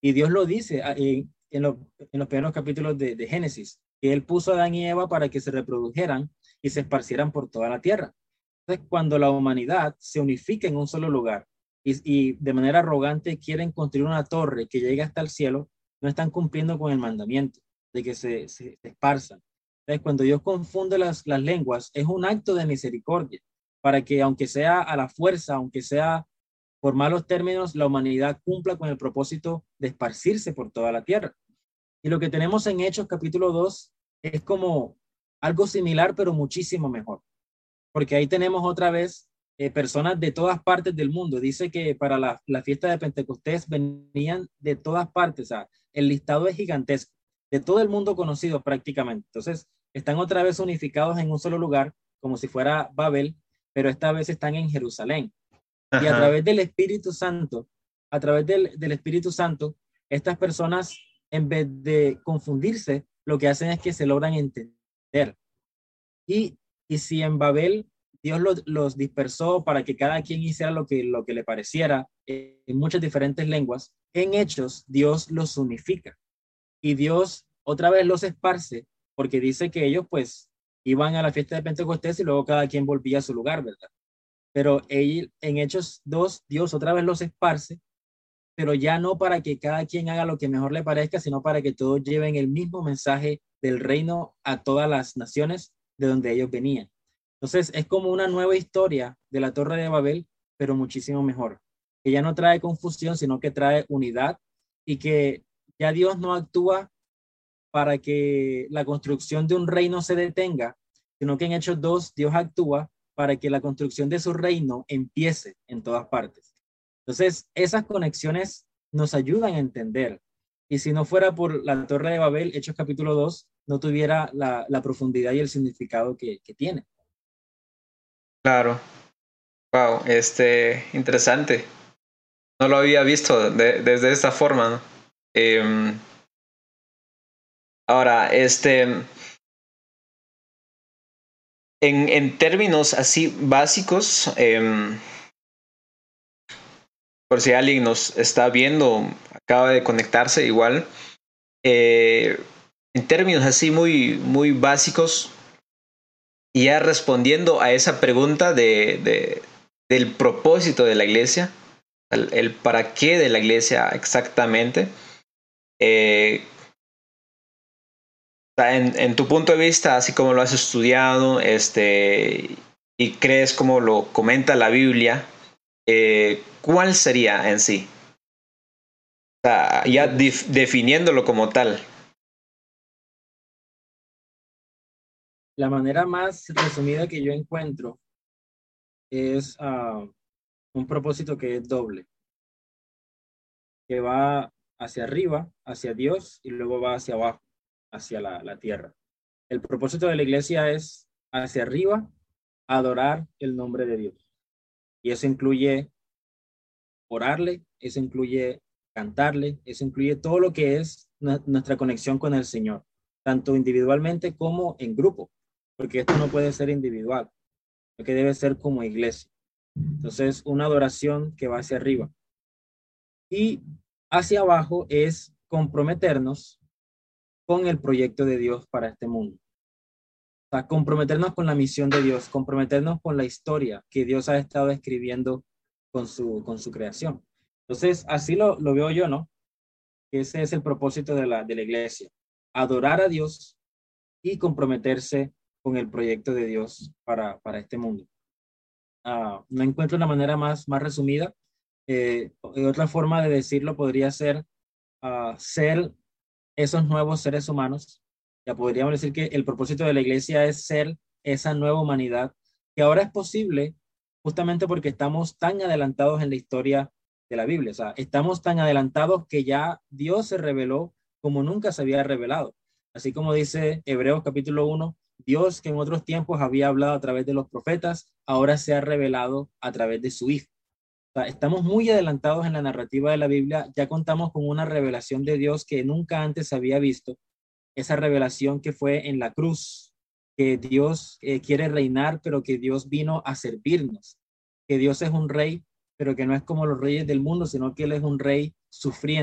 Y Dios lo dice ah, en, en, lo, en los primeros capítulos de, de Génesis, que Él puso a Adán y Eva para que se reprodujeran y se esparcieran por toda la tierra. Entonces, cuando la humanidad se unifica en un solo lugar y, y de manera arrogante quieren construir una torre que llegue hasta el cielo, no están cumpliendo con el mandamiento de que se, se, se esparzan. Entonces, cuando Dios confunde las, las lenguas, es un acto de misericordia para que, aunque sea a la fuerza, aunque sea por malos términos, la humanidad cumpla con el propósito de esparcirse por toda la tierra. Y lo que tenemos en Hechos capítulo dos es como algo similar, pero muchísimo mejor, porque ahí tenemos otra vez eh, personas de todas partes del mundo. Dice que para la, la fiesta de Pentecostés venían de todas partes, o sea, el listado es gigantesco, de todo el mundo conocido prácticamente. Entonces, están otra vez unificados en un solo lugar, como si fuera Babel, pero esta vez están en Jerusalén. Y a Ajá. través del Espíritu Santo, a través del, del Espíritu Santo, estas personas, en vez de confundirse, lo que hacen es que se logran entender. Y, y si en Babel Dios los, los dispersó para que cada quien hiciera lo que, lo que le pareciera eh, en muchas diferentes lenguas, en Hechos Dios los unifica. Y Dios otra vez los esparce, porque dice que ellos pues iban a la fiesta de Pentecostés y luego cada quien volvía a su lugar, ¿verdad? Pero él, en Hechos dos, Dios otra vez los esparce, pero ya no para que cada quien haga lo que mejor le parezca, sino para que todos lleven el mismo mensaje del reino a todas las naciones de donde ellos venían. Entonces es como una nueva historia de la Torre de Babel, pero muchísimo mejor, que ya no trae confusión, sino que trae unidad y que ya Dios no actúa para que la construcción de un reino se detenga, sino que en Hechos dos Dios actúa para que la construcción de su reino empiece en todas partes. Entonces, esas conexiones nos ayudan a entender. Y si no fuera por la Torre de Babel, Hechos capítulo dos, no tuviera la, la profundidad y el significado que, que tiene. Claro. Wow, este, interesante. No lo había visto de- desde esta forma, ¿no? Em, ahora, este, en, en términos así básicos, em, por si alguien nos está viendo, acaba de conectarse igual, eh, en términos así muy, muy básicos, y ya respondiendo a esa pregunta de, de- del propósito de la iglesia, el, el para qué de la iglesia exactamente, eh, en, en tu punto de vista, así como lo has estudiado, este, y crees como lo comenta la Biblia, eh, ¿cuál sería en sí? O sea, El ya propósito. dif- definiéndolo como tal. La manera más resumida que yo encuentro es uh, un propósito que es doble, que va hacia arriba, hacia Dios, y luego va hacia abajo, hacia la, la tierra. El propósito de la iglesia es hacia arriba, adorar el nombre de Dios. Y eso incluye orarle, eso incluye cantarle, eso incluye todo lo que es nuestra conexión con el Señor, tanto individualmente como en grupo, porque esto no puede ser individual, lo que debe ser como iglesia. Entonces, una adoración que va hacia arriba. Y hacia abajo es comprometernos con el proyecto de Dios para este mundo. O sea, comprometernos con la misión de Dios, comprometernos con la historia que Dios ha estado escribiendo con su, con su creación. Entonces, así lo, lo veo yo, ¿no? Ese es el propósito de la, de la iglesia, adorar a Dios y comprometerse con el proyecto de Dios para, para este mundo. Uh, no encuentro una manera más, más resumida. Eh, otra forma de decirlo podría ser uh, ser esos nuevos seres humanos. Ya podríamos decir que el propósito de la iglesia es ser esa nueva humanidad que ahora es posible justamente porque estamos tan adelantados en la historia de la Biblia. O sea, estamos tan adelantados que ya Dios se reveló como nunca se había revelado. Así como dice Hebreos capítulo uno, Dios que en otros tiempos había hablado a través de los profetas, ahora se ha revelado a través de su Hijo. O sea, estamos muy adelantados en la narrativa de la Biblia, ya contamos con una revelación de Dios que nunca antes se había visto, esa revelación que fue en la cruz, que Dios eh, quiere reinar, pero que Dios vino a servirnos, que Dios es un rey, pero que no es como los reyes del mundo, sino que Él es un rey sufriente,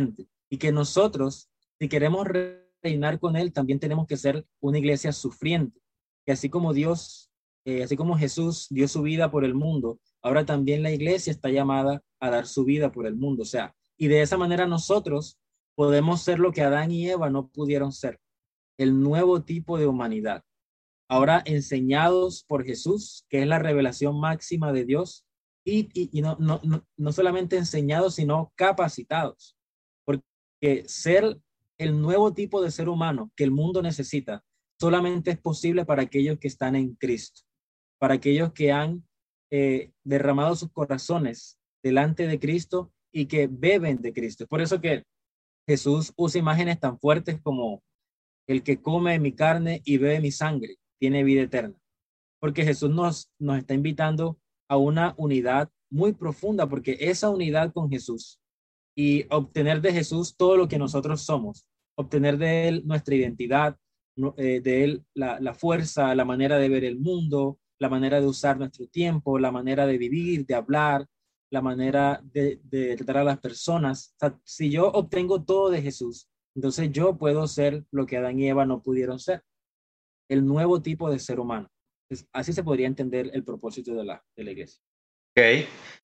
y que nosotros, si queremos reinar con Él, también tenemos que ser una iglesia sufriente, que así como Dios, eh, así como Jesús dio su vida por el mundo, ahora también la iglesia está llamada a dar su vida por el mundo, o sea, y de esa manera nosotros podemos ser lo que Adán y Eva no pudieron ser, el nuevo tipo de humanidad. Ahora enseñados por Jesús, que es la revelación máxima de Dios, y, y, y no, no, no, no solamente enseñados, sino capacitados, porque ser el nuevo tipo de ser humano que el mundo necesita solamente es posible para aquellos que están en Cristo, para aquellos que han eh, derramado sus corazones delante de Cristo y que beben de Cristo. Es por eso que Jesús usa imágenes tan fuertes como el que come mi carne y bebe mi sangre tiene vida eterna, porque Jesús nos, nos está invitando a una unidad muy profunda, porque esa unidad con Jesús y obtener de Jesús todo lo que nosotros somos, obtener de Él nuestra identidad, no, eh, de Él la, la fuerza, la manera de ver el mundo, la manera de usar nuestro tiempo, la manera de vivir, de hablar, la manera de, de tratar a las personas. O sea, si yo obtengo todo de Jesús, entonces yo puedo ser lo que Adán y Eva no pudieron ser, el nuevo tipo de ser humano. Entonces, así se podría entender el propósito de la, de la iglesia. Ok,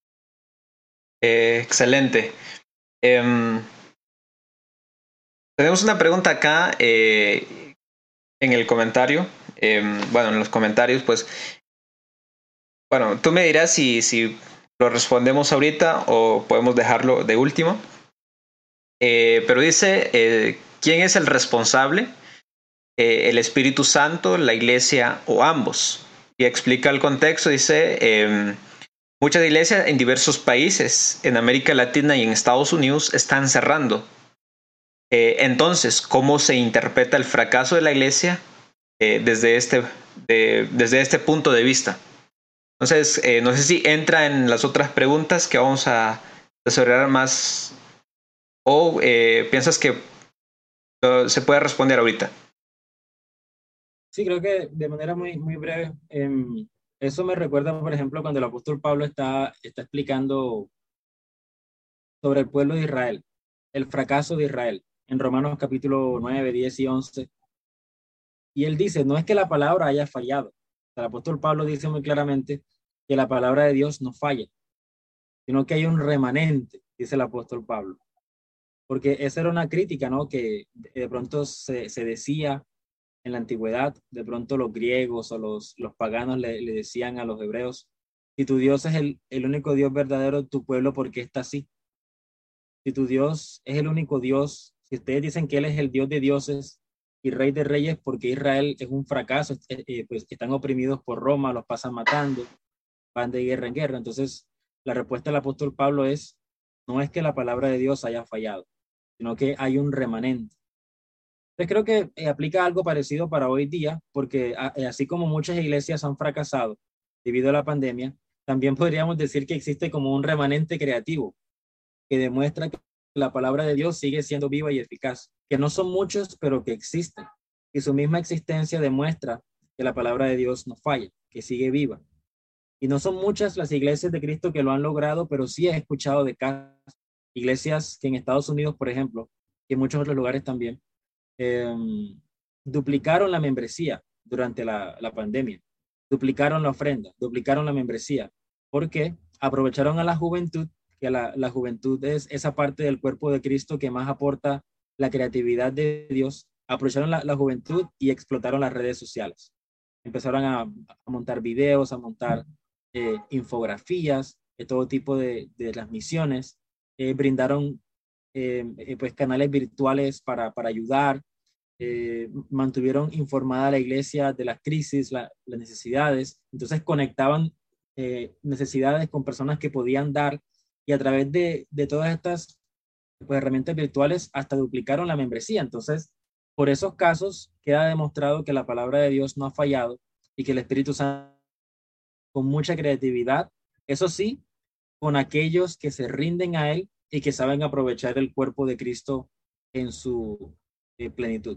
eh, excelente. Um, tenemos una pregunta acá eh, en el comentario. Eh, bueno, en los comentarios, pues. Bueno, tú me dirás si, si lo respondemos ahorita o podemos dejarlo de último. Eh, pero dice, eh, ¿quién es el responsable? Eh, ¿el Espíritu Santo, la Iglesia o ambos? Y explica el contexto, dice, eh, muchas iglesias en diversos países, en América Latina y en Estados Unidos, están cerrando. Eh, entonces, ¿cómo se interpreta el fracaso de la Iglesia eh, desde, este, de, desde este punto de vista? Entonces, eh, no sé si entra en las otras preguntas que vamos a desarrollar más o eh, piensas que uh, se puede responder ahorita. Sí, creo que de manera muy, muy breve. Eh, eso me recuerda, por ejemplo, cuando el apóstol Pablo está, está explicando sobre el pueblo de Israel, el fracaso de Israel, en Romanos capítulo nueve, diez y once. Y él dice, no es que la palabra haya fallado. El apóstol Pablo dice muy claramente que la palabra de Dios no falla, sino que hay un remanente, dice el apóstol Pablo. Porque esa era una crítica, ¿no? Que de pronto se, se decía en la antigüedad, de pronto los griegos o los, los paganos le, le decían a los hebreos, si tu Dios es el, el único Dios verdadero, tu pueblo, ¿por qué está así? Si tu Dios es el único Dios, si ustedes dicen que Él es el Dios de dioses y Rey de reyes, porque Israel es un fracaso, eh, eh, pues están oprimidos por Roma, los pasan matando, van de guerra en guerra. Entonces, la respuesta del apóstol Pablo es, no es que la palabra de Dios haya fallado, sino que hay un remanente. Entonces creo que eh, aplica algo parecido para hoy día, porque a, eh, así como muchas iglesias han fracasado debido a la pandemia, también podríamos decir que existe como un remanente creativo que demuestra que la palabra de Dios sigue siendo viva y eficaz, que no son muchos, pero que existen. Y su misma existencia demuestra que la palabra de Dios no falla, que sigue viva. Y no son muchas las iglesias de Cristo que lo han logrado, pero sí he escuchado de casos, iglesias que en Estados Unidos, por ejemplo, y en muchos otros lugares también, eh, duplicaron la membresía durante la, la pandemia, duplicaron la ofrenda, duplicaron la membresía, porque aprovecharon a la juventud, que la, la juventud es esa parte del cuerpo de Cristo que más aporta la creatividad de Dios, aprovecharon la, la juventud y explotaron las redes sociales. Empezaron a, a montar videos, a montar eh, infografías, de todo tipo de, de transmisiones, eh, brindaron eh, eh, pues canales virtuales para, para ayudar, eh, mantuvieron informada a la iglesia de las crisis, la, las necesidades, entonces conectaban eh, necesidades con personas que podían dar y a través de, de todas estas pues, herramientas virtuales hasta duplicaron la membresía. Entonces, por esos casos queda demostrado que la palabra de Dios no ha fallado y que el Espíritu Santo con mucha creatividad, eso sí, con aquellos que se rinden a Él y que saben aprovechar el cuerpo de Cristo en su eh, plenitud.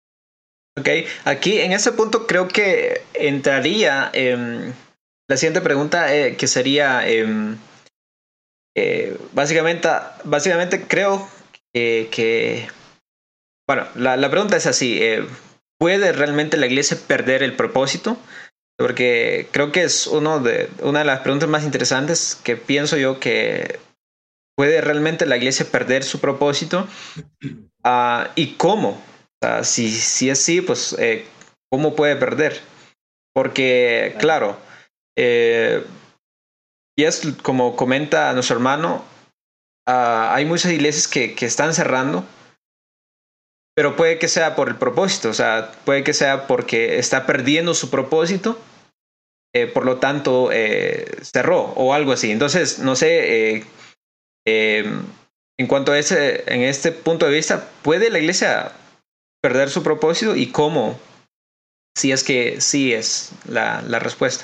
Ok, aquí en ese punto creo que entraría eh, la siguiente pregunta eh, que sería eh, eh, básicamente, básicamente creo eh, que, bueno, la, la pregunta es así, eh, ¿puede realmente la iglesia perder el propósito? Porque creo que es uno de, una de las preguntas más interesantes que pienso yo que puede realmente la iglesia perder su propósito. Uh, ¿Y cómo? O sea, si, si es así, pues, eh, ¿cómo puede perder? Porque, Claro. claro, eh, y es como comenta nuestro hermano, uh, hay muchas iglesias que, que están cerrando, pero puede que sea por el propósito, o sea, puede que sea porque está perdiendo su propósito, eh, por lo tanto, eh, cerró o algo así. Entonces, no sé, eh, eh, en cuanto a ese, en este punto de vista, ¿puede la iglesia perder su propósito y cómo? Si es que sí es la, la respuesta.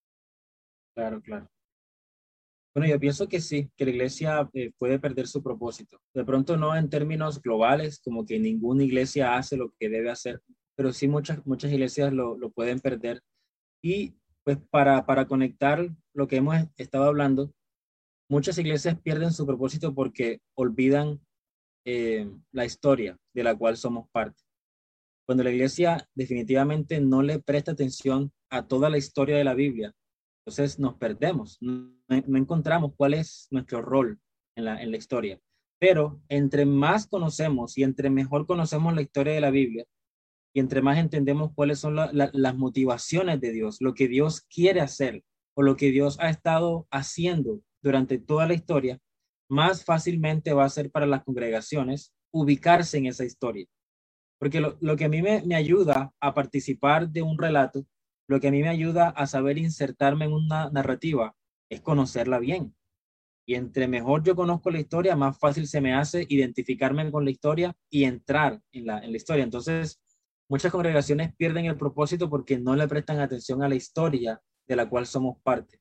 Claro, claro. Bueno, yo pienso que sí, que la iglesia eh, puede perder su propósito. De pronto no en términos globales, como que ninguna iglesia hace lo que debe hacer, pero sí muchas, muchas iglesias lo, lo pueden perder. Y pues para, para conectar lo que hemos estado hablando, muchas iglesias pierden su propósito porque olvidan eh, la historia de la cual somos parte. Cuando la iglesia definitivamente no le presta atención a toda la historia de la Biblia, entonces nos perdemos, no, no encontramos cuál es nuestro rol en la, en la historia. Pero entre más conocemos y entre mejor conocemos la historia de la Biblia, y entre más entendemos cuáles son la, la, las motivaciones de Dios, lo que Dios quiere hacer o lo que Dios ha estado haciendo durante toda la historia, más fácilmente va a ser para las congregaciones ubicarse en esa historia. Porque lo, lo que a mí me, me ayuda a participar de un relato, lo que a mí me ayuda a saber insertarme en una narrativa, es conocerla bien. Y entre mejor yo conozco la historia, más fácil se me hace identificarme con la historia y entrar en la, en la historia. Entonces, muchas congregaciones pierden el propósito porque no le prestan atención a la historia de la cual somos parte.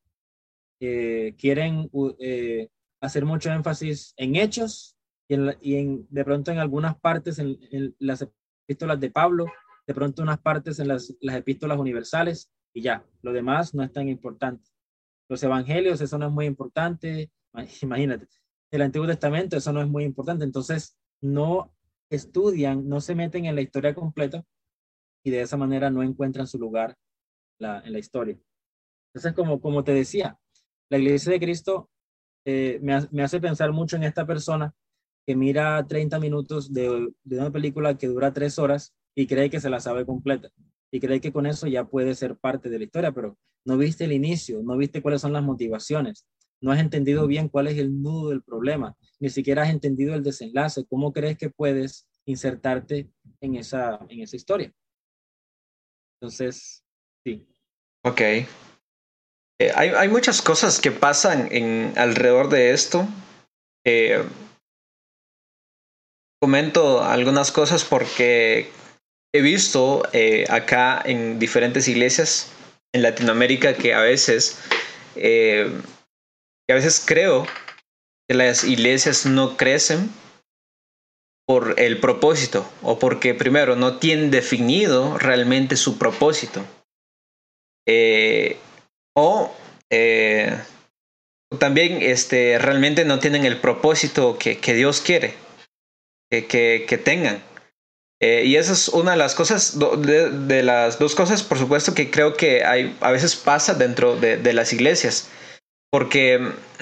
Eh, quieren eh, hacer mucho énfasis en hechos y, en, y en, de pronto en algunas partes en, en las epístolas de Pablo, de pronto unas partes en las, las epístolas universales y ya, lo demás no es tan importante. Los evangelios, eso no es muy importante, imagínate, el Antiguo Testamento, eso no es muy importante, entonces no estudian, no se meten en la historia completa y de esa manera no encuentran su lugar la, en la historia. Entonces, como, como te decía, la Iglesia de Cristo eh, me, me, hace pensar mucho en esta persona que mira treinta minutos de, de una película que dura tres horas y cree que se la sabe completa y cree que con eso ya puede ser parte de la historia, pero no viste el inicio, no viste cuáles son las motivaciones, no has entendido bien cuál es el nudo del problema, ni siquiera has entendido el desenlace, ¿cómo crees que puedes insertarte en esa, en esa historia? Entonces, sí. Ok. Eh, hay, hay muchas cosas que pasan en, alrededor de esto. Eh, comento algunas cosas porque he visto eh, acá en diferentes iglesias en Latinoamérica que a veces, eh, que a veces creo que las iglesias no crecen por el propósito o porque primero no tienen definido realmente su propósito. Eh, o eh, también este, realmente no tienen el propósito que, que Dios quiere que, que, que tengan. Eh, y esa es una de las cosas, de, de las dos cosas, por supuesto, que creo que hay, a veces pasa dentro de, de las iglesias. Porque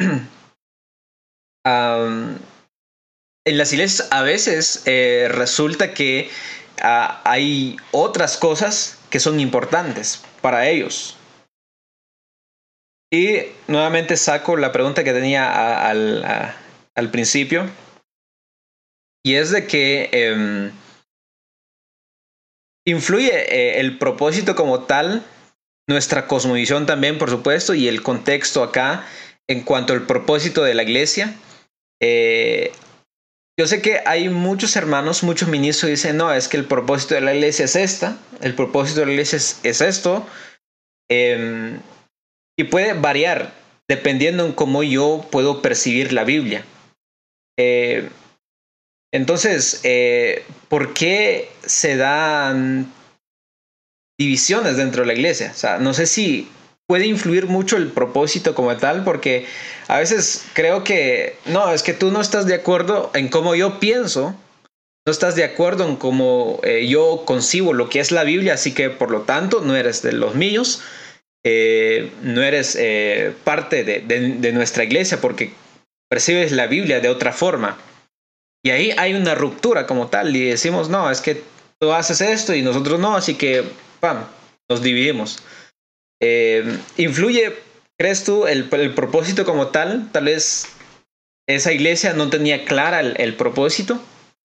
um, en las iglesias a veces eh, resulta que uh, hay otras cosas que son importantes para ellos. Y nuevamente saco la pregunta que tenía a, al, a, al principio. Y es de que eh, influye eh, el propósito como tal, nuestra cosmovisión también, por supuesto, y el contexto acá en cuanto al propósito de la iglesia. Eh, yo sé que hay muchos hermanos, muchos ministros que dicen, no, es que el propósito de la iglesia es esta, el propósito de la iglesia es, es esto, eh, y puede variar dependiendo en cómo yo puedo percibir la Biblia. Eh, entonces, eh, ¿por qué se dan divisiones dentro de la iglesia? O sea, no sé si puede influir mucho el propósito como tal, porque a veces creo que, no, es que tú no estás de acuerdo en cómo yo pienso, no estás de acuerdo en cómo eh, yo concibo lo que es la Biblia, así que por lo tanto no eres de los míos, eh, no eres eh, parte de, de, de nuestra iglesia porque percibes la Biblia de otra forma. Y ahí hay una ruptura como tal y decimos, no, es que tú haces esto y nosotros no, así que, pam, nos dividimos. Eh, ¿Influye, crees tú, el, el propósito como tal? Tal vez esa iglesia no tenía clara el, el propósito.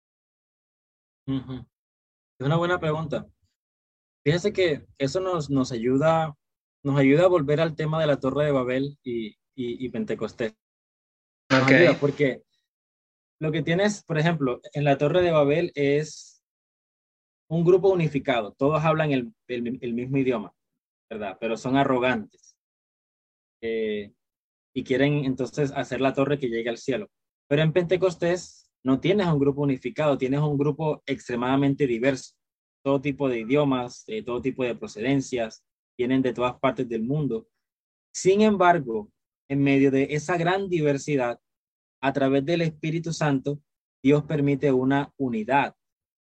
Ujú. Es una buena pregunta. Fíjese que eso nos, nos ayuda, nos ayuda a volver al tema de la Torre de Babel y, y, y Pentecostés. Nos Ok, ayuda porque lo que tienes, por ejemplo, en la Torre de Babel es un grupo unificado. Todos hablan el, el, el mismo idioma, ¿verdad? Pero son arrogantes eh, y quieren entonces hacer la torre que llegue al cielo. Pero en Pentecostés no tienes un grupo unificado, tienes un grupo extremadamente diverso. Todo tipo de idiomas, de todo tipo de procedencias, vienen de todas partes del mundo. Sin embargo, en medio de esa gran diversidad, a través del Espíritu Santo, Dios permite una unidad,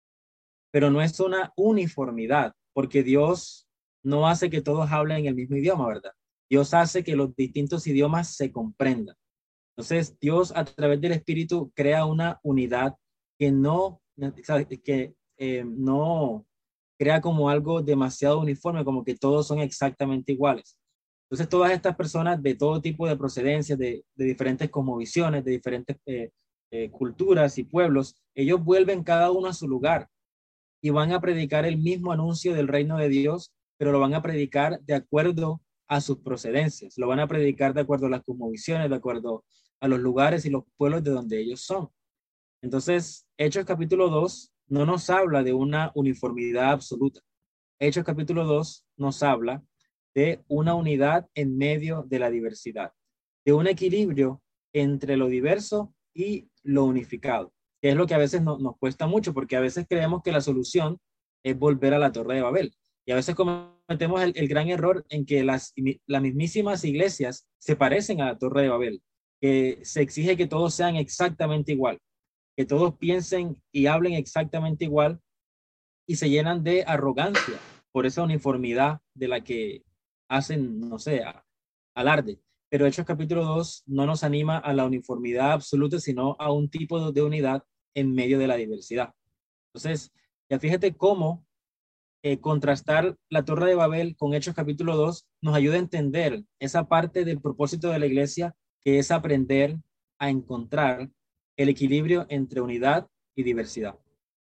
pero no es una uniformidad, porque Dios no hace que todos hablen el mismo idioma, ¿verdad? Dios hace que los distintos idiomas se comprendan. Entonces, Dios a través del Espíritu crea una unidad que no, que eh, no crea como algo demasiado uniforme, como que todos son exactamente iguales. Entonces, todas estas personas de todo tipo de procedencias, de, de diferentes cosmovisiones, de diferentes eh, eh, culturas y pueblos, ellos vuelven cada uno a su lugar y van a predicar el mismo anuncio del reino de Dios, pero lo van a predicar de acuerdo a sus procedencias, lo van a predicar de acuerdo a las cosmovisiones, de acuerdo a los lugares y los pueblos de donde ellos son. Entonces, Hechos capítulo dos no nos habla de una uniformidad absoluta. Hechos capítulo dos nos habla de una unidad en medio de la diversidad, de un equilibrio entre lo diverso y lo unificado, que es lo que a veces no, nos cuesta mucho, porque a veces creemos que la solución es volver a la Torre de Babel. Y a veces cometemos el, el gran error en que las, las mismísimas iglesias se parecen a la Torre de Babel, que se exige que todos sean exactamente igual, que todos piensen y hablen exactamente igual y se llenan de arrogancia por esa uniformidad de la que hacen, no sé, alarde. Pero Hechos capítulo dos no nos anima a la uniformidad absoluta, sino a un tipo de unidad en medio de la diversidad. Entonces, ya fíjate cómo eh, contrastar la Torre de Babel con Hechos capítulo dos nos ayuda a entender esa parte del propósito de la iglesia, que es aprender a encontrar el equilibrio entre unidad y diversidad.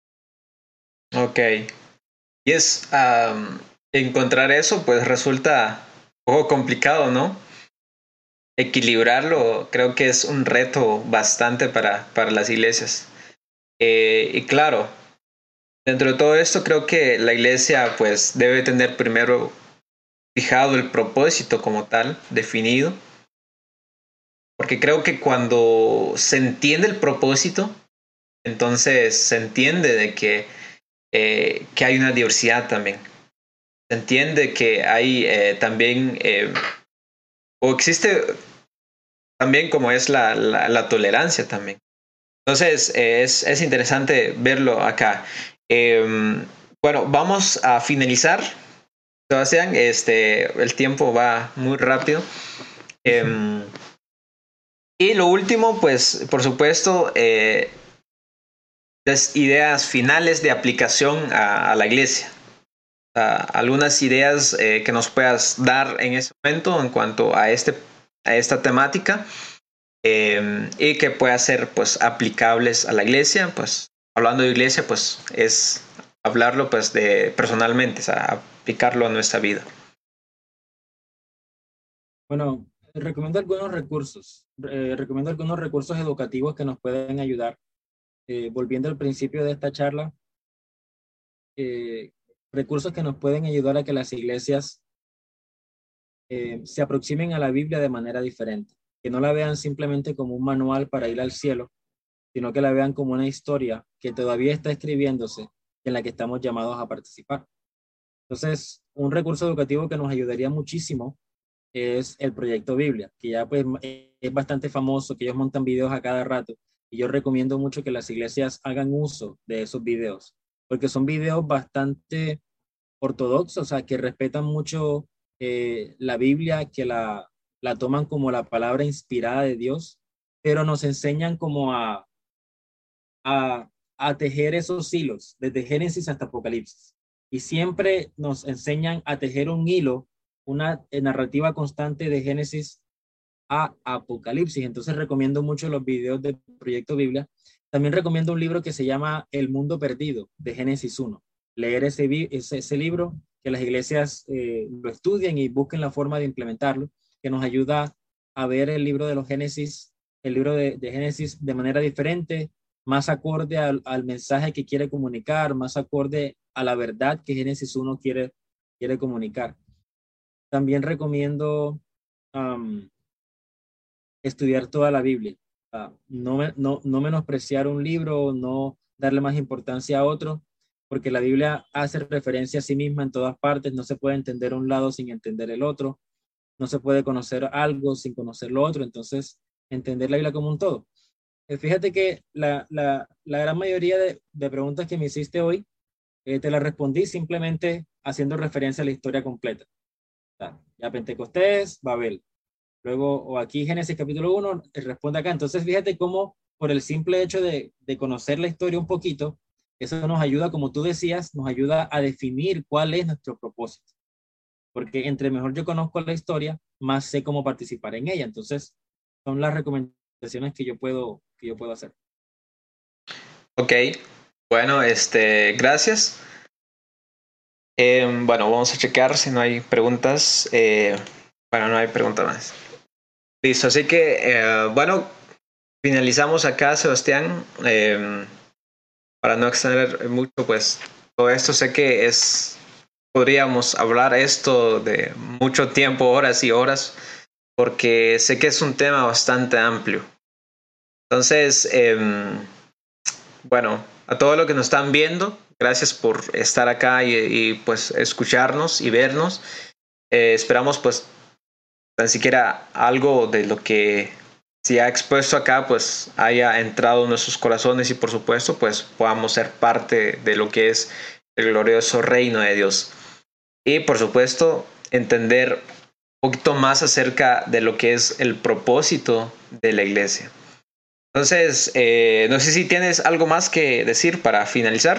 ok. Y es um, encontrar eso, pues resulta un poco complicado, ¿no? Equilibrarlo creo que es un reto bastante para, para las iglesias. Eh, y claro, dentro de todo esto creo que la iglesia pues debe tener primero fijado el propósito como tal, definido, porque creo que cuando se entiende el propósito, entonces se entiende de que, eh, que hay una diversidad también. Se entiende que hay eh, también, eh, o existe también como es la, la, la tolerancia también. Entonces, eh, es, es interesante verlo acá. Eh, bueno, vamos a finalizar, Sebastián. Este, el tiempo va muy rápido. Eh, y lo último, pues, por supuesto, eh, las ideas finales de aplicación a, a la iglesia. Uh, algunas ideas eh, que nos puedas dar en ese momento en cuanto a, este, a esta temática eh, y que puedan ser pues aplicables a la iglesia. Pues hablando de iglesia, pues es hablarlo pues de personalmente, o sea, aplicarlo a nuestra vida. Bueno, recomiendo algunos recursos, eh, recomiendo algunos recursos educativos que nos pueden ayudar. Eh, volviendo al principio de esta charla, eh, recursos que nos pueden ayudar a que las iglesias eh, se aproximen a la Biblia de manera diferente, que no la vean simplemente como un manual para ir al cielo, sino que la vean como una historia que todavía está escribiéndose, en la que estamos llamados a participar. Entonces, un recurso educativo que nos ayudaría muchísimo es el Proyecto Biblia, que ya pues es bastante famoso, que ellos montan videos a cada rato. Y yo recomiendo mucho que las iglesias hagan uso de esos videos, porque son videos bastante ortodoxos, o sea, que respetan mucho eh, la Biblia, que la, la toman como la palabra inspirada de Dios, pero nos enseñan como a, a, a tejer esos hilos, desde Génesis hasta Apocalipsis. Y siempre nos enseñan a tejer un hilo, una narrativa constante de Génesis a Apocalipsis. Entonces recomiendo mucho los videos del Proyecto Biblia. También recomiendo un libro que se llama El Mundo Perdido, de Génesis uno. Leer ese, ese, ese libro, que las iglesias eh, lo estudien y busquen la forma de implementarlo, que nos ayuda a ver el libro de los Génesis, el libro de, de Génesis de manera diferente, más acorde al, al mensaje que quiere comunicar, más acorde a la verdad que Génesis uno quiere, quiere comunicar. También recomiendo um, estudiar toda la Biblia. Uh, no, no, no menospreciar un libro, no darle más importancia a otro, porque la Biblia hace referencia a sí misma en todas partes. No se puede entender un lado sin entender el otro. No se puede conocer algo sin conocer lo otro. Entonces, entender la Biblia como un todo. Eh, fíjate que la, la, la gran mayoría de, de preguntas que me hiciste hoy, eh, te las respondí simplemente haciendo referencia a la historia completa. O sea, ya Pentecostés, Babel. Luego, o aquí Génesis capítulo uno, responde acá. Entonces, fíjate cómo por el simple hecho de, de conocer la historia un poquito, eso nos ayuda, como tú decías, nos ayuda a definir cuál es nuestro propósito. Porque entre mejor yo conozco la historia, más sé cómo participar en ella. Entonces, son las recomendaciones que yo puedo, que yo puedo hacer. Ok, bueno, este, gracias. Eh, bueno, vamos a checar si no hay preguntas. Eh, bueno, no hay preguntas más. Listo, así que, eh, bueno, finalizamos acá, Sebastián. Eh, para no extender mucho, pues, todo esto sé que es, podríamos hablar esto de mucho tiempo, horas y horas, porque sé que es un tema bastante amplio. Entonces, eh, bueno, a todos los que nos están viendo, gracias por estar acá y, y pues escucharnos y vernos. Eh, esperamos pues tan siquiera algo de lo que se ha expuesto acá pues haya entrado en nuestros corazones y por supuesto pues podamos ser parte de lo que es el glorioso reino de Dios. Y por supuesto entender un poquito más acerca de lo que es el propósito de la iglesia. Entonces, eh, no sé si tienes algo más que decir para finalizar.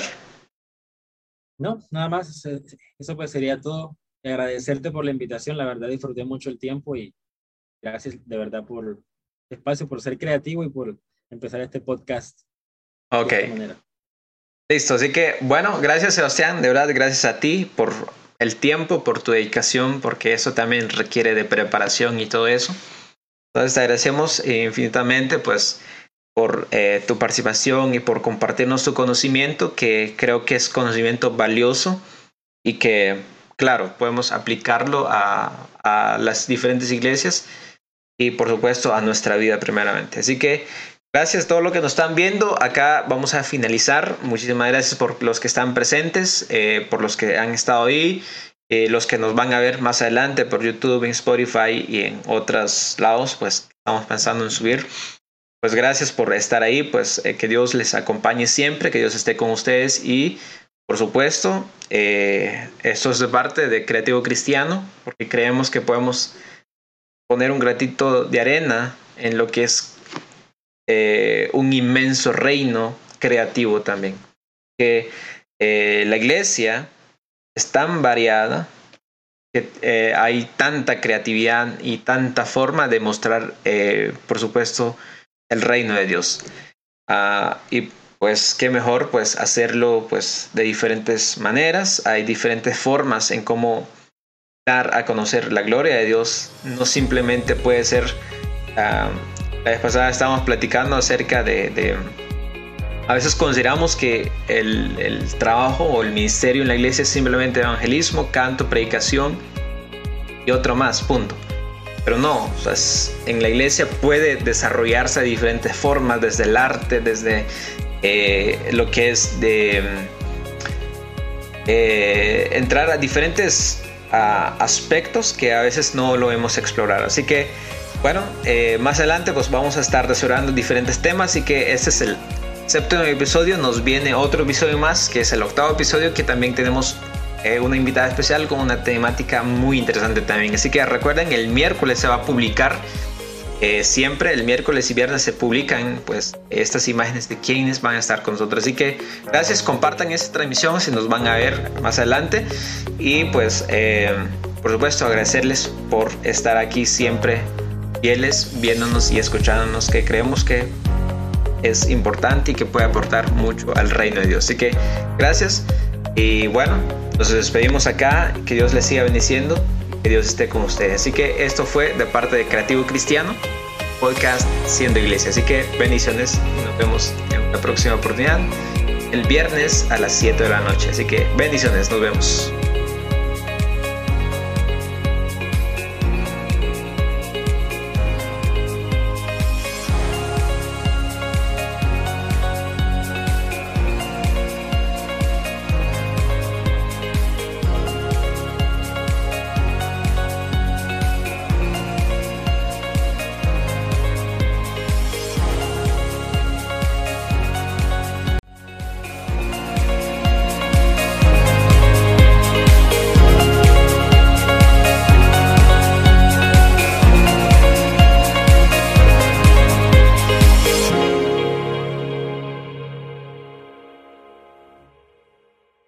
No, nada más. Eso pues sería todo. Agradecerte por la invitación. La verdad disfruté mucho el tiempo y gracias de verdad por el espacio, por ser creativo y por empezar este podcast Ok. de esta manera. Listo. Así que, bueno, gracias Sebastián. De verdad, gracias a ti por el tiempo, por tu dedicación, porque eso también requiere de preparación y todo eso. Entonces, te agradecemos infinitamente, pues, por eh, tu participación y por compartirnos tu conocimiento, que creo que es conocimiento valioso y que, claro, podemos aplicarlo a, a las diferentes iglesias y, por supuesto, a nuestra vida primeramente. Así que gracias a todos los que nos están viendo. Acá vamos a finalizar. Muchísimas gracias por los que están presentes, eh, por los que han estado ahí, eh, los que nos van a ver más adelante por YouTube, en Spotify y en otros lados, pues estamos pensando en subir. Pues gracias por estar ahí, pues eh, que Dios les acompañe siempre, que Dios esté con ustedes y por supuesto eh, esto es de parte de Creativo Cristiano, porque creemos que podemos poner un granito de arena en lo que es eh, un inmenso reino creativo también. Que eh, la iglesia es tan variada, que eh, hay tanta creatividad y tanta forma de mostrar, eh, por supuesto, el reino de Dios. Uh, y pues qué mejor pues hacerlo pues de diferentes maneras. Hay diferentes formas en cómo dar a conocer la gloria de Dios. No simplemente puede ser uh, la vez pasada estábamos platicando acerca de, de a veces consideramos que el, el trabajo o el ministerio en la iglesia es simplemente evangelismo, canto, predicación y otro más, punto. Pero no, o sea, en la iglesia puede desarrollarse de diferentes formas, desde el arte, desde eh, lo que es de eh, entrar a diferentes uh, aspectos que a veces no lo hemos explorado. Así que, bueno, eh, más adelante pues vamos a estar desarrollando diferentes temas, así que este es el séptimo episodio. Nos viene otro episodio más, que es el octavo episodio, que también tenemos eh, una invitada especial con una temática muy interesante también. Así que recuerden, el miércoles se va a publicar. Eh, siempre el miércoles y viernes se publican pues estas imágenes de quienes van a estar con nosotros. Así que gracias, compartan esta transmisión si nos van a ver más adelante. Y pues eh, por supuesto agradecerles por estar aquí siempre fieles, viéndonos y escuchándonos, que creemos que es importante y que puede aportar mucho al reino de Dios. Así que gracias y bueno, nos despedimos acá. Que Dios les siga bendiciendo, que Dios esté con ustedes. Así que esto fue de parte de Creativo Cristiano, podcast Siendo Iglesia. Así que bendiciones y nos vemos en la próxima oportunidad el viernes a las siete de la noche. Así que bendiciones, nos vemos.